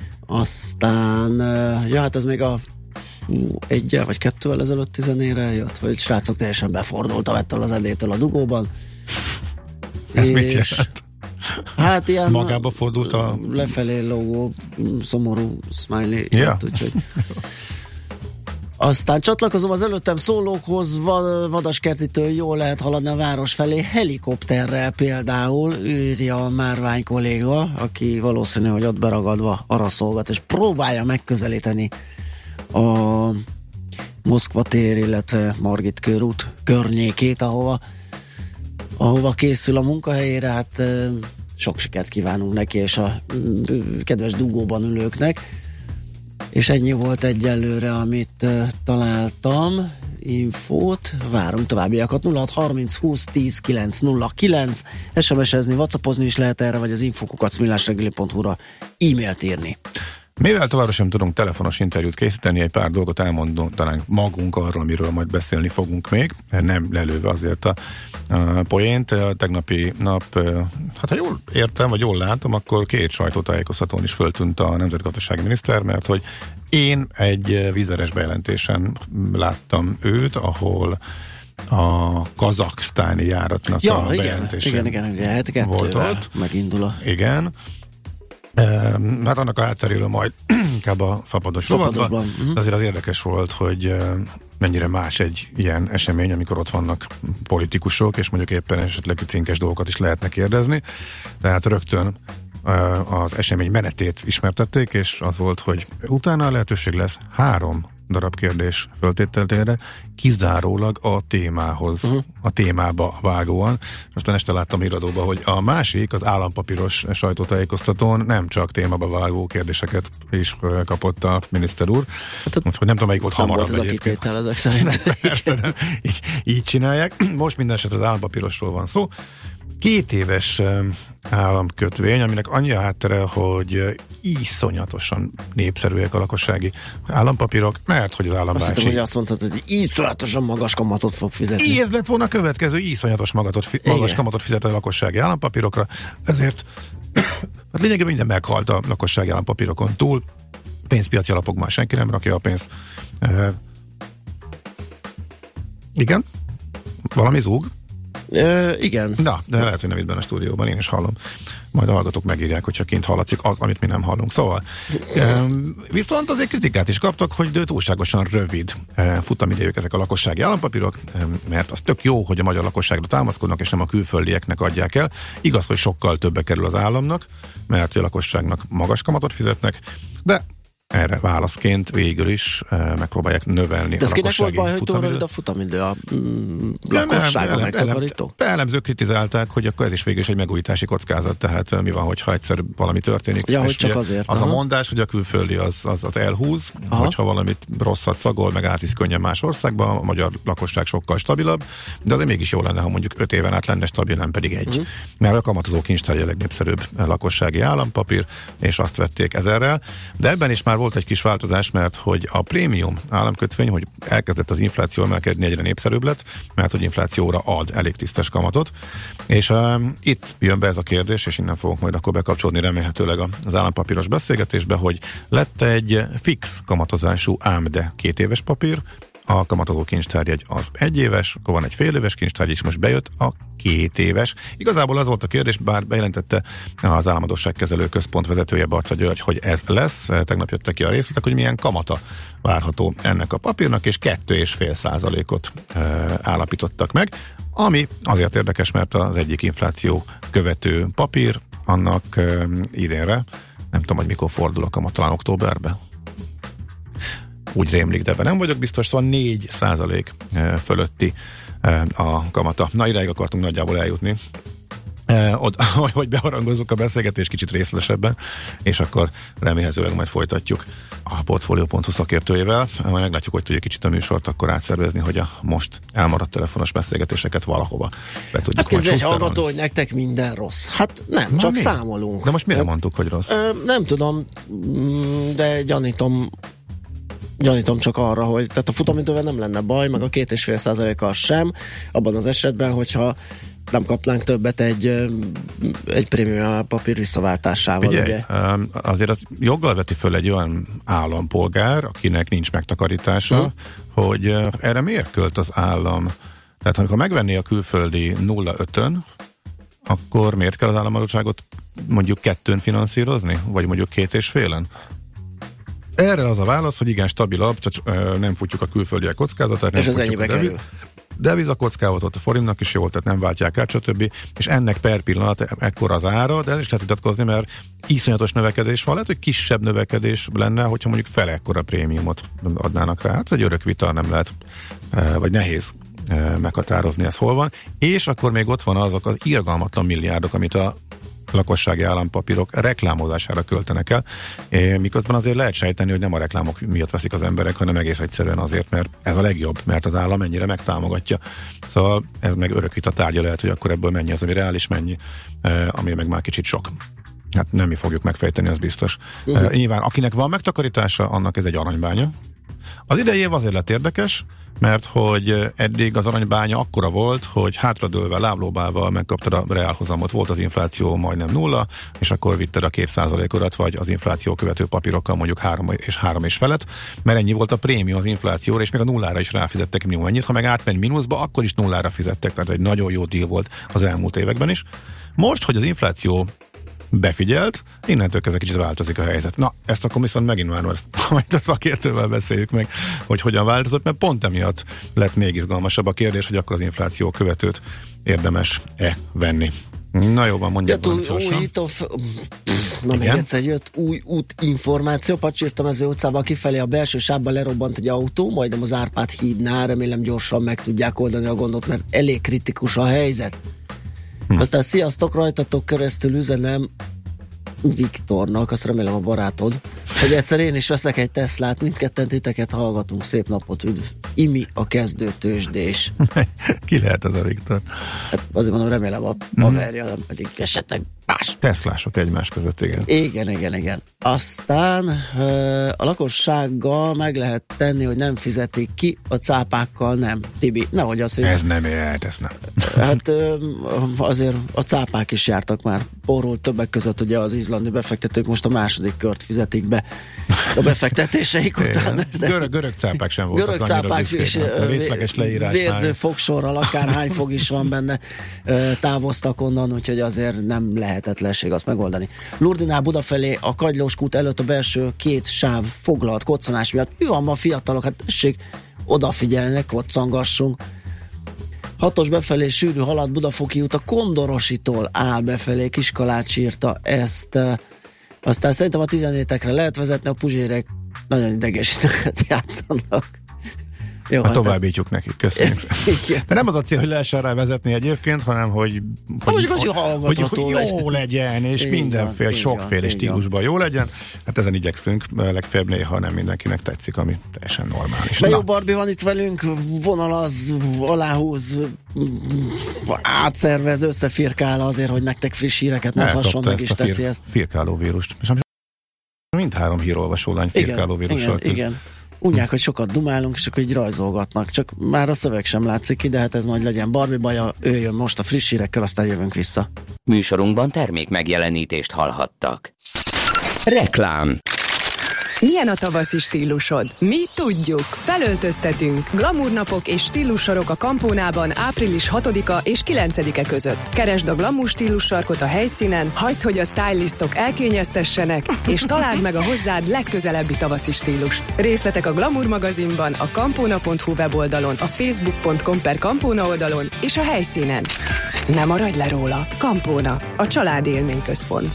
Aztán, uh, ja, hát ez még a egyel vagy kettővel ezelőtt tizenére jött, hogy srácok teljesen befordult a vettől az edétől a dugóban. Ez és mit jelent? Hát ilyen magába fordult a lefelé lógó, szomorú smiley ja. jött, úgyhogy Aztán csatlakozom az előttem szólókhoz, Vadaskertitől jól lehet haladni a város felé, helikopterrel például, írja a Márvány kolléga, aki valószínű, hogy ott beragadva arra szolgat, és próbálja megközelíteni a Moszkva tér, illetve Margit körút környékét, ahova, ahova készül a munkahelyére. Hát sok sikert kívánunk neki és a kedves dugóban ülőknek. És ennyi volt egyelőre, amit uh, találtam, infót, várunk továbbiakat, nulla hat harminc húsz tíz kilenc nulla kilenc, es em es-ezni, whatsappozni is lehet erre, vagy az infókukac millásreggeli pont hu-ra e-mailt írni. Mivel továbbra sem tudunk telefonos interjút készíteni, egy pár dolgot elmondunk talán magunk arról, amiről majd beszélni fogunk még, nem lelőve azért a, a poént. A tegnapi nap, hát ha jól értem, vagy jól látom, akkor két sajtótájékoztatón is föltűnt a nemzetgazdasági miniszter, mert hogy én egy vízeres bejelentésen láttam őt, ahol a kazaksztáni járatnak ja, a igen, bejelentésen igen, igen, igen, hát kettővel megindul a... Igen. Hát annak a hátteréről majd inkább a fapados rovatban. Uh-huh. Azért az érdekes volt, hogy mennyire más egy ilyen esemény, amikor ott vannak politikusok, és mondjuk éppen esetleg cinkes dolgokat is lehetne kérdezni. Tehát rögtön az esemény menetét ismertették, és az volt, hogy utána lehetőség lesz három darab kérdés föltételtére, kizárólag a témához, uh-huh. a témába vágóan. Aztán este láttam iradóba, hogy a másik, az állampapíros sajtótájékoztatón nem csak témába vágó kérdéseket is kapott a miniszter úr. Hát, úgyhogy nem tudom, melyik volt hamarabb. Nem volt ez a kitétel ezek szerint. Persze, nem, így, így csinálják. Most minden esetre az állampapírosról van szó. Két éves államkötvény, aminek annyi a háttere, hogy iszonyatosan népszerűek a lakossági állampapírok, mert hogy az állambácsi... Azt hittem, hogy azt mondtad, hogy iszonyatosan magas kamatot fog fizetni. Ez lett volna a következő, iszonyatos magatot, fi, magas kamatot fizet a lakossági állampapírokra, ezért hát lényegében minden meghalt a lakossági állampapírokon túl. Pénzpiaci alapok már senki nem rakja a pénzt. Uh, igen? Valami zúg? Ö, igen. Na, de lehet, hogy nem itt benne a stúdióban, én is hallom. Majd a hallgatók megírják, hogyha kint hallatszik az, amit mi nem hallunk. Szóval, e, viszont azért kritikát is kaptak, hogy túlságosan rövid e, futamidejük ezek a lakossági állampapírok, e, mert az tök jó, hogy a magyar lakosságra támaszkodnak, és nem a külföldieknek adják el. Igaz, hogy sokkal többe kerül az államnak, mert a lakosságnak magas kamatot fizetnek, de erre válaszként végül is e, megpróbálják növelni de a lakossági futamidőt. De ez kinek volt baj, hogy túl rövid a futamidő? A mm, lakossága megtakarító? Elemzők kritizálták, hogy akkor ez is végül is egy megújítási kockázat, tehát mi van, hogyha egyszer valami történik. Ja, hogy csak azért. Az aha. a mondás, hogy a külföldi az, az, az elhúz, aha. hogyha valamit rosszat szagol, meg átvisz könnyen más országba, a magyar lakosság sokkal stabilabb, de azért mégis jó lenne, ha mondjuk öt éven át lenne stabil, nem pedig egy. Uh-huh. Mert a kamatozó kincstár a legnépszerűbb lakossági állampapír, és azt vették ezerrel. De ebben is már volt egy kis változás, mert hogy a prémium államkötvény, hogy elkezdett az infláció emelkedni, egyre népszerűbb lett, mert hogy inflációra ad elég tisztes kamatot. És um, itt jön be ez a kérdés, és innen fogok majd akkor bekapcsolódni remélhetőleg az állampapíros beszélgetésbe, hogy lett egy fix kamatozású ám de két éves papír, a kamatozó kincstárjegy az egy éves, akkor van egy fél éves kincstárjegy, és most bejött a két éves. Igazából az volt a kérdés, bár bejelentette az Államadósságkezelő Központ vezetője Barca György, hogy ez lesz. Tegnap jöttek ki a részletek, hogy milyen kamata várható ennek a papírnak, és kettő és fél százalékot e, állapítottak meg, ami azért érdekes, mert az egyik infláció követő papír, annak e, idénre, nem tudom, hogy mikor fordul a kamat, talán októberben. Úgy rémlik, de nem vagyok biztos, szóval négy százalék fölötti a kamata. Na, idáig akartunk nagyjából eljutni, oda, hogy beharangozzuk a beszélgetést kicsit részletesebben, és akkor remélhetőleg majd folytatjuk a Portfolio pont hu szakértőjével. Majd meglátjuk, hogy tudja kicsit a műsort akkor átszervezni, hogy a most elmaradt telefonos beszélgetéseket valahova be tudjuk. Azt kezdve egy hallgató, hogy nektek minden rossz. Hát nem, Na, csak mi? számolunk. De most mire mondtuk, hogy rossz? Ö, nem tudom, de gyanítom, Gyanítom csak arra, hogy tehát a futamidővel nem lenne baj, meg a két és fél százalékkal sem, abban az esetben, hogyha nem kapnánk többet egy, egy prémium papír visszaváltásával. Figyelj, ugye? Azért az joggal veti föl egy olyan állampolgár, akinek nincs megtakarítása, hmm. hogy erre miért költ az állam? Tehát, ha megvenné a külföldi nulla ötön, akkor miért kell az államadósságot mondjuk kettőn finanszírozni? Vagy mondjuk két és félen? Erre az a válasz, hogy igen, stabilabb, csak ö, nem futjuk a külföldiek kockázatát. És az ennyibe devi- kerül. Devizakockázatot a forintnak is jó, tehát nem váltják át, stb. És ennek per pillanat ekkora az ára, de ez is lehet vitatkozni, mert iszonyatos növekedés van. Lehet, hogy kisebb növekedés lenne, hogyha mondjuk fele ekkora prémiumot adnának rá. Hát ez egy örök vita, nem lehet, vagy nehéz meghatározni, ez hol van. És akkor még ott van azok az irgalmatlan milliárdok, amit a lakossági állampapírok reklámozására költenek el, miközben azért lehet sejteni, hogy nem a reklámok miatt veszik az emberek, hanem egész egyszerűen azért, mert ez a legjobb, mert az állam ennyire megtámogatja. Szóval ez meg örök vita tárgya lehet, hogy akkor ebből mennyi az, ami reális, mennyi, ami meg már kicsit sok. Hát nem mi fogjuk megfejteni, az biztos. Uh-huh. Nyilván, akinek van megtakarítása, annak ez egy aranybánya. Az idei év azért lett érdekes, mert hogy eddig az aranybánya akkora volt, hogy hátradőlve, láblóbálva megkaptad a reálhozamot, volt az infláció majdnem nulla, és akkor vitted a két százalékodat, vagy az infláció követő papírokkal mondjuk három és három és felett, mert ennyi volt a prémium az inflációra, és még a nullára is ráfizettek minimum ennyit, ha meg átmegy mínuszba, akkor is nullára fizettek, tehát egy nagyon jó deal volt az elmúlt években is. Most, hogy az infláció befigyelt, innentől kezdve kicsit változik a helyzet. Na, ezt akkor viszont megint már majd a szakértővel beszéljük meg, hogy hogyan változott, mert pont emiatt lett még izgalmasabb a kérdés, hogy akkor az infláció követőt érdemes-e venni. Na jó van, mondjuk van gyorsan. Na még egyszer jött új útinformáció, Pacsirtamező utcában kifelé a belső sávban lerobbant egy autó, majdnem az Árpád hídnál, remélem gyorsan meg tudják oldani a gondot, mert elég kritikus a helyzet. Hm. Aztán sziasztok, rajtatok keresztül üzenem Viktornak, azt remélem a barátod, hogy egyszer én is veszek egy Teslát, mindketten titeket hallgatunk, szép napot, üdv. Imi a kezdő tőzsdés. Ki lehet ez a Viktor? Hát azért mondom, remélem a haverja, nem pedig esetleg más. Teslások egymás között, igen. Igen, igen, igen. Aztán a lakossággal meg lehet tenni, hogy nem fizetik ki, a cápákkal nem. Tibi, nehogy azt, hogy... Ez nem élt, ez nem. Hát azért a cápák is jártak már. Porról többek között ugye az izlandi befektetők most a második kört fizetik be a befektetéseik után. Görög, görög cápák sem voltak. Görög cápák is vérző fogsorral, akárhány fog is van benne, távoztak onnan, úgyhogy azért nem lehetetlenség azt megoldani. Lurdinál Buda felé a Kagylós kút előtt a belső két sáv foglalt koccanás miatt. Mi van ma fiatalok? Hát tessék odafigyelnek, koccangassunk. Hatos befelé sűrű halad Budafoki út a Kondorositól áll befelé, Kiskalács írta ezt. Aztán szerintem a tizenhétekre lehet vezetni, a puzsérek nagyon idegesítőket játszanak. Jó, hát továbbítjuk ezt... nekik, köszönjük. De nem az a cél, hogy lehessen rá vezetni egyébként, hanem hogy, hogy, hogy, hogy, hogy, hogy jó legyen, és így mindenféle, van, sokféle stílusban jó legyen. Hát ezen igyekszünk, legfeljebb néha nem mindenkinek tetszik, ami teljesen normális. De jó, Barbie van itt velünk, vonalaz, aláhúz, átszervez, összefirkál azért, hogy nektek friss híreket mondhasson, meg is teszi fir- ezt. Firkáló vírust. És mindhárom hírolvasó lány firkáló vírussal. Igen, igen. Unják, hogy sokat dumálunk, és akkor így rajzolgatnak. Csak már a szöveg sem látszik ki, de hát ez majd legyen Barbie baja. Ő jön most a friss hírekkel, aztán jövünk vissza. Műsorunkban termék megjelenítést hallhattak. Reklám. Milyen a tavaszi stílusod? Mi tudjuk. Felöltöztetünk. Glamournapok és stílussorok a Kampónában április hatodika és kilencedike között. Keresd a glamour stílussarkot a helyszínen, hagyd, hogy a stylistok elkényeztessenek, és találd meg a hozzád legközelebbi tavaszi stílust. Részletek a Glamour magazinban, a kampona pont hu weboldalon, a facebook pont com per Kampóna oldalon és a helyszínen. Ne maradj le róla. Kampóna, a családi élményközpont.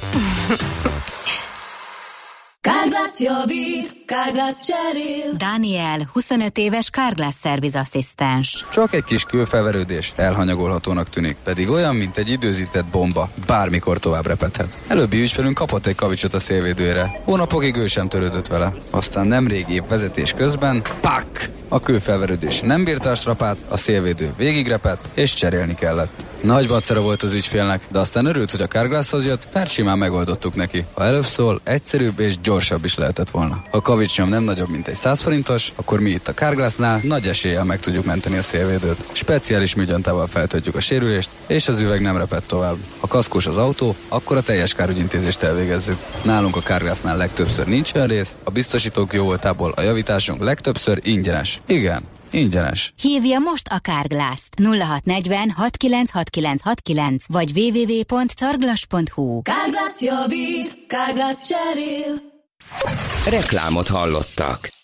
Carglass javít, Carglass cserél. Daniel, huszonöt éves Carglass szervizasszisztens. Csak egy kis külfelverődés, elhanyagolhatónak tűnik, pedig olyan, mint egy időzített bomba, bármikor tovább repedhet. Előbbi ügyfelünk kapott egy kavicsot a szélvédőre. Hónapokig ő sem törődött vele. Aztán nemrég épp vezetés közben, pak! A kőfelverődés nem bírta a strapát, a szélvédő végigrepett, és cserélni kellett. Nagy bacera volt az ügyfélnek, de aztán örült, hogy a Carglasshoz jött, mert simán megoldottuk neki. Ha előbb szól, egyszerűbb és gyorsabb is lehetett volna. Ha a kavicsnyom nem nagyobb, mint egy száz forintos, akkor mi itt a Carglassnál nagy eséllyel meg tudjuk menteni a szélvédőt. Speciális műgyantával feltöltjük a sérülést, és az üveg nem reped tovább. Ha kaszkós az autó, akkor a teljes kárügyintézést elvégezzük. Nálunk a Carglassnál legtöbbször nincs olyan rész, a biztosítók jó voltából a javításunk legtöbbször ingyenes. Igen, ingyenes. Hívja most a Carglass-t nulla hat negyven hat kilenc hat kilenc hat kilenc vagy double-u double-u double-u pont carglass pont hu. Carglass javít, Carglass cserél. Reklámot hallottak.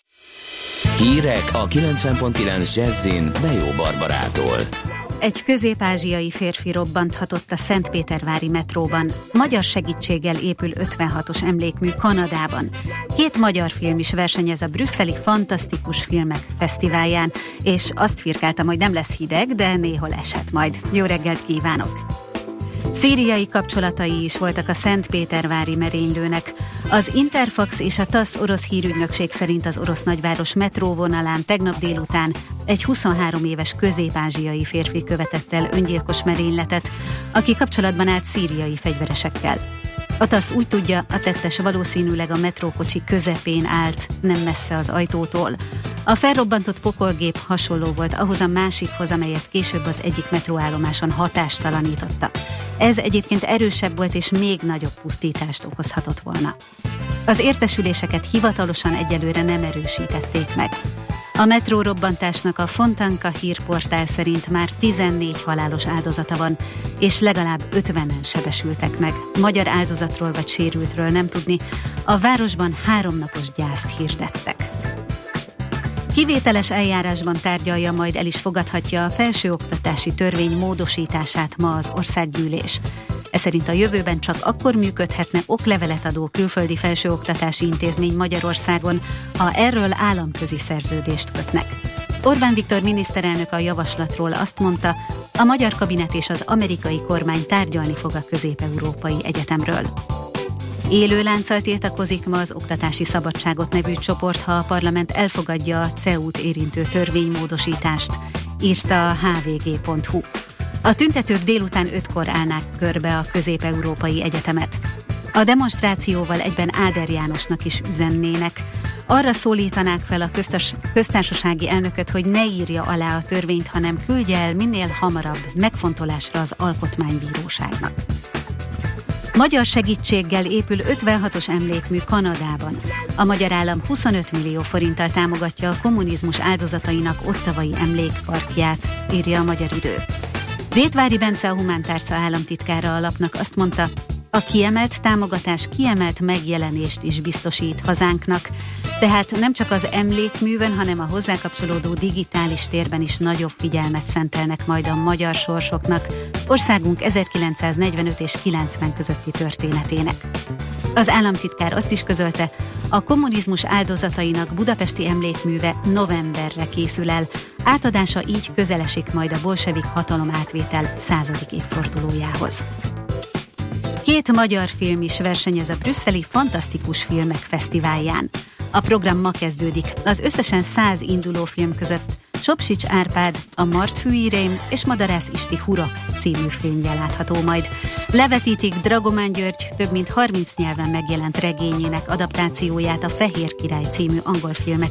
Hírek a kilencven pont kilenc Jazzin Bejó Barbarától. Egy közép-ázsiai férfi robbanthatott a Szentpétervári metróban. Magyar segítséggel épül ötvenhatos emlékmű Kanadában. Két magyar film is versenyez a brüsszeli Fantasztikus Filmek Fesztiválján, és azt firkáltam, hogy nem lesz hideg, de néhol eshet majd. Jó reggelt kívánok! Szíriai kapcsolatai is voltak a szentpétervári merénylőnek. Az Interfax és a TASZ orosz hírügynökség szerint az orosz nagyváros metróvonalán tegnap délután egy huszonhárom éves közép-ázsiai férfi követett el öngyilkos merényletet, aki kapcsolatban állt szíriai fegyveresekkel. A TASZ úgy tudja, a tettes valószínűleg a metrókocsi közepén állt, nem messze az ajtótól. A felrobbantott pokolgép hasonló volt ahhoz a másikhoz, amelyet később az egyik metróállomáson hatástalanította. Ez egyébként erősebb volt és még nagyobb pusztítást okozhatott volna. Az értesüléseket hivatalosan egyelőre nem erősítették meg. A metrórobbantásnak a Fontanka hírportál szerint már tizennégy halálos áldozata van, és legalább ötvenen sebesültek meg. Magyar áldozatról vagy sérültről nem tudni, a városban háromnapos gyászt hirdettek. Kivételes eljárásban tárgyalja, majd el is fogadhatja a felsőoktatási törvény módosítását ma az országgyűlés. Ez szerint a jövőben csak akkor működhetne oklevelet adó külföldi felsőoktatási intézmény Magyarországon, ha erről államközi szerződést kötnek. Orbán Viktor miniszterelnök a javaslatról azt mondta, a magyar kabinet és az amerikai kormány tárgyalni fog a közép-európai egyetemről. Élő lánccal tiltakozik ma az Oktatási Szabadságot nevű csoport, ha a parlament elfogadja a cé e u-t érintő törvénymódosítást, írta a há vé gé pont hú. A tüntetők délután ötkor állnák körbe a közép-európai egyetemet. A demonstrációval egyben Áder Jánosnak is üzennének. Arra szólítanák fel a köztes, köztársasági elnököt, hogy ne írja alá a törvényt, hanem küldje el minél hamarabb megfontolásra az Alkotmánybíróságnak. Magyar segítséggel épül ötvenhatos emlékmű Kanadában. A magyar állam huszonöt millió forinttal támogatja a kommunizmus áldozatainak ottavai emlékparkját, írja a Magyar Idő. Rétvári Bence, a Humántárca államtitkára a lapnak azt mondta, a kiemelt támogatás kiemelt megjelenést is biztosít hazánknak, tehát nem csak az emlékművön, hanem a hozzá kapcsolódó digitális térben is nagyobb figyelmet szentelnek majd a magyar sorsoknak, országunk ezerkilencszáznegyvenöt és kilencven közötti történetének. Az államtitkár azt is közölte, a kommunizmus áldozatainak budapesti emlékműve novemberre készül el, átadása így közelesik majd a bolsevik hatalom átvétel századik évfordulójához. Két magyar film is versenyez a brüsszeli Fantasztikus Filmek Fesztiválján. A program ma kezdődik. Az összesen száz induló film között Sopsics Árpád, a Martfű Irén és Madarász Isti Hurak című filmje látható majd. Levetítik Dragomán György több mint harminc nyelven megjelent regényének adaptációját, a Fehér Király című angol filmet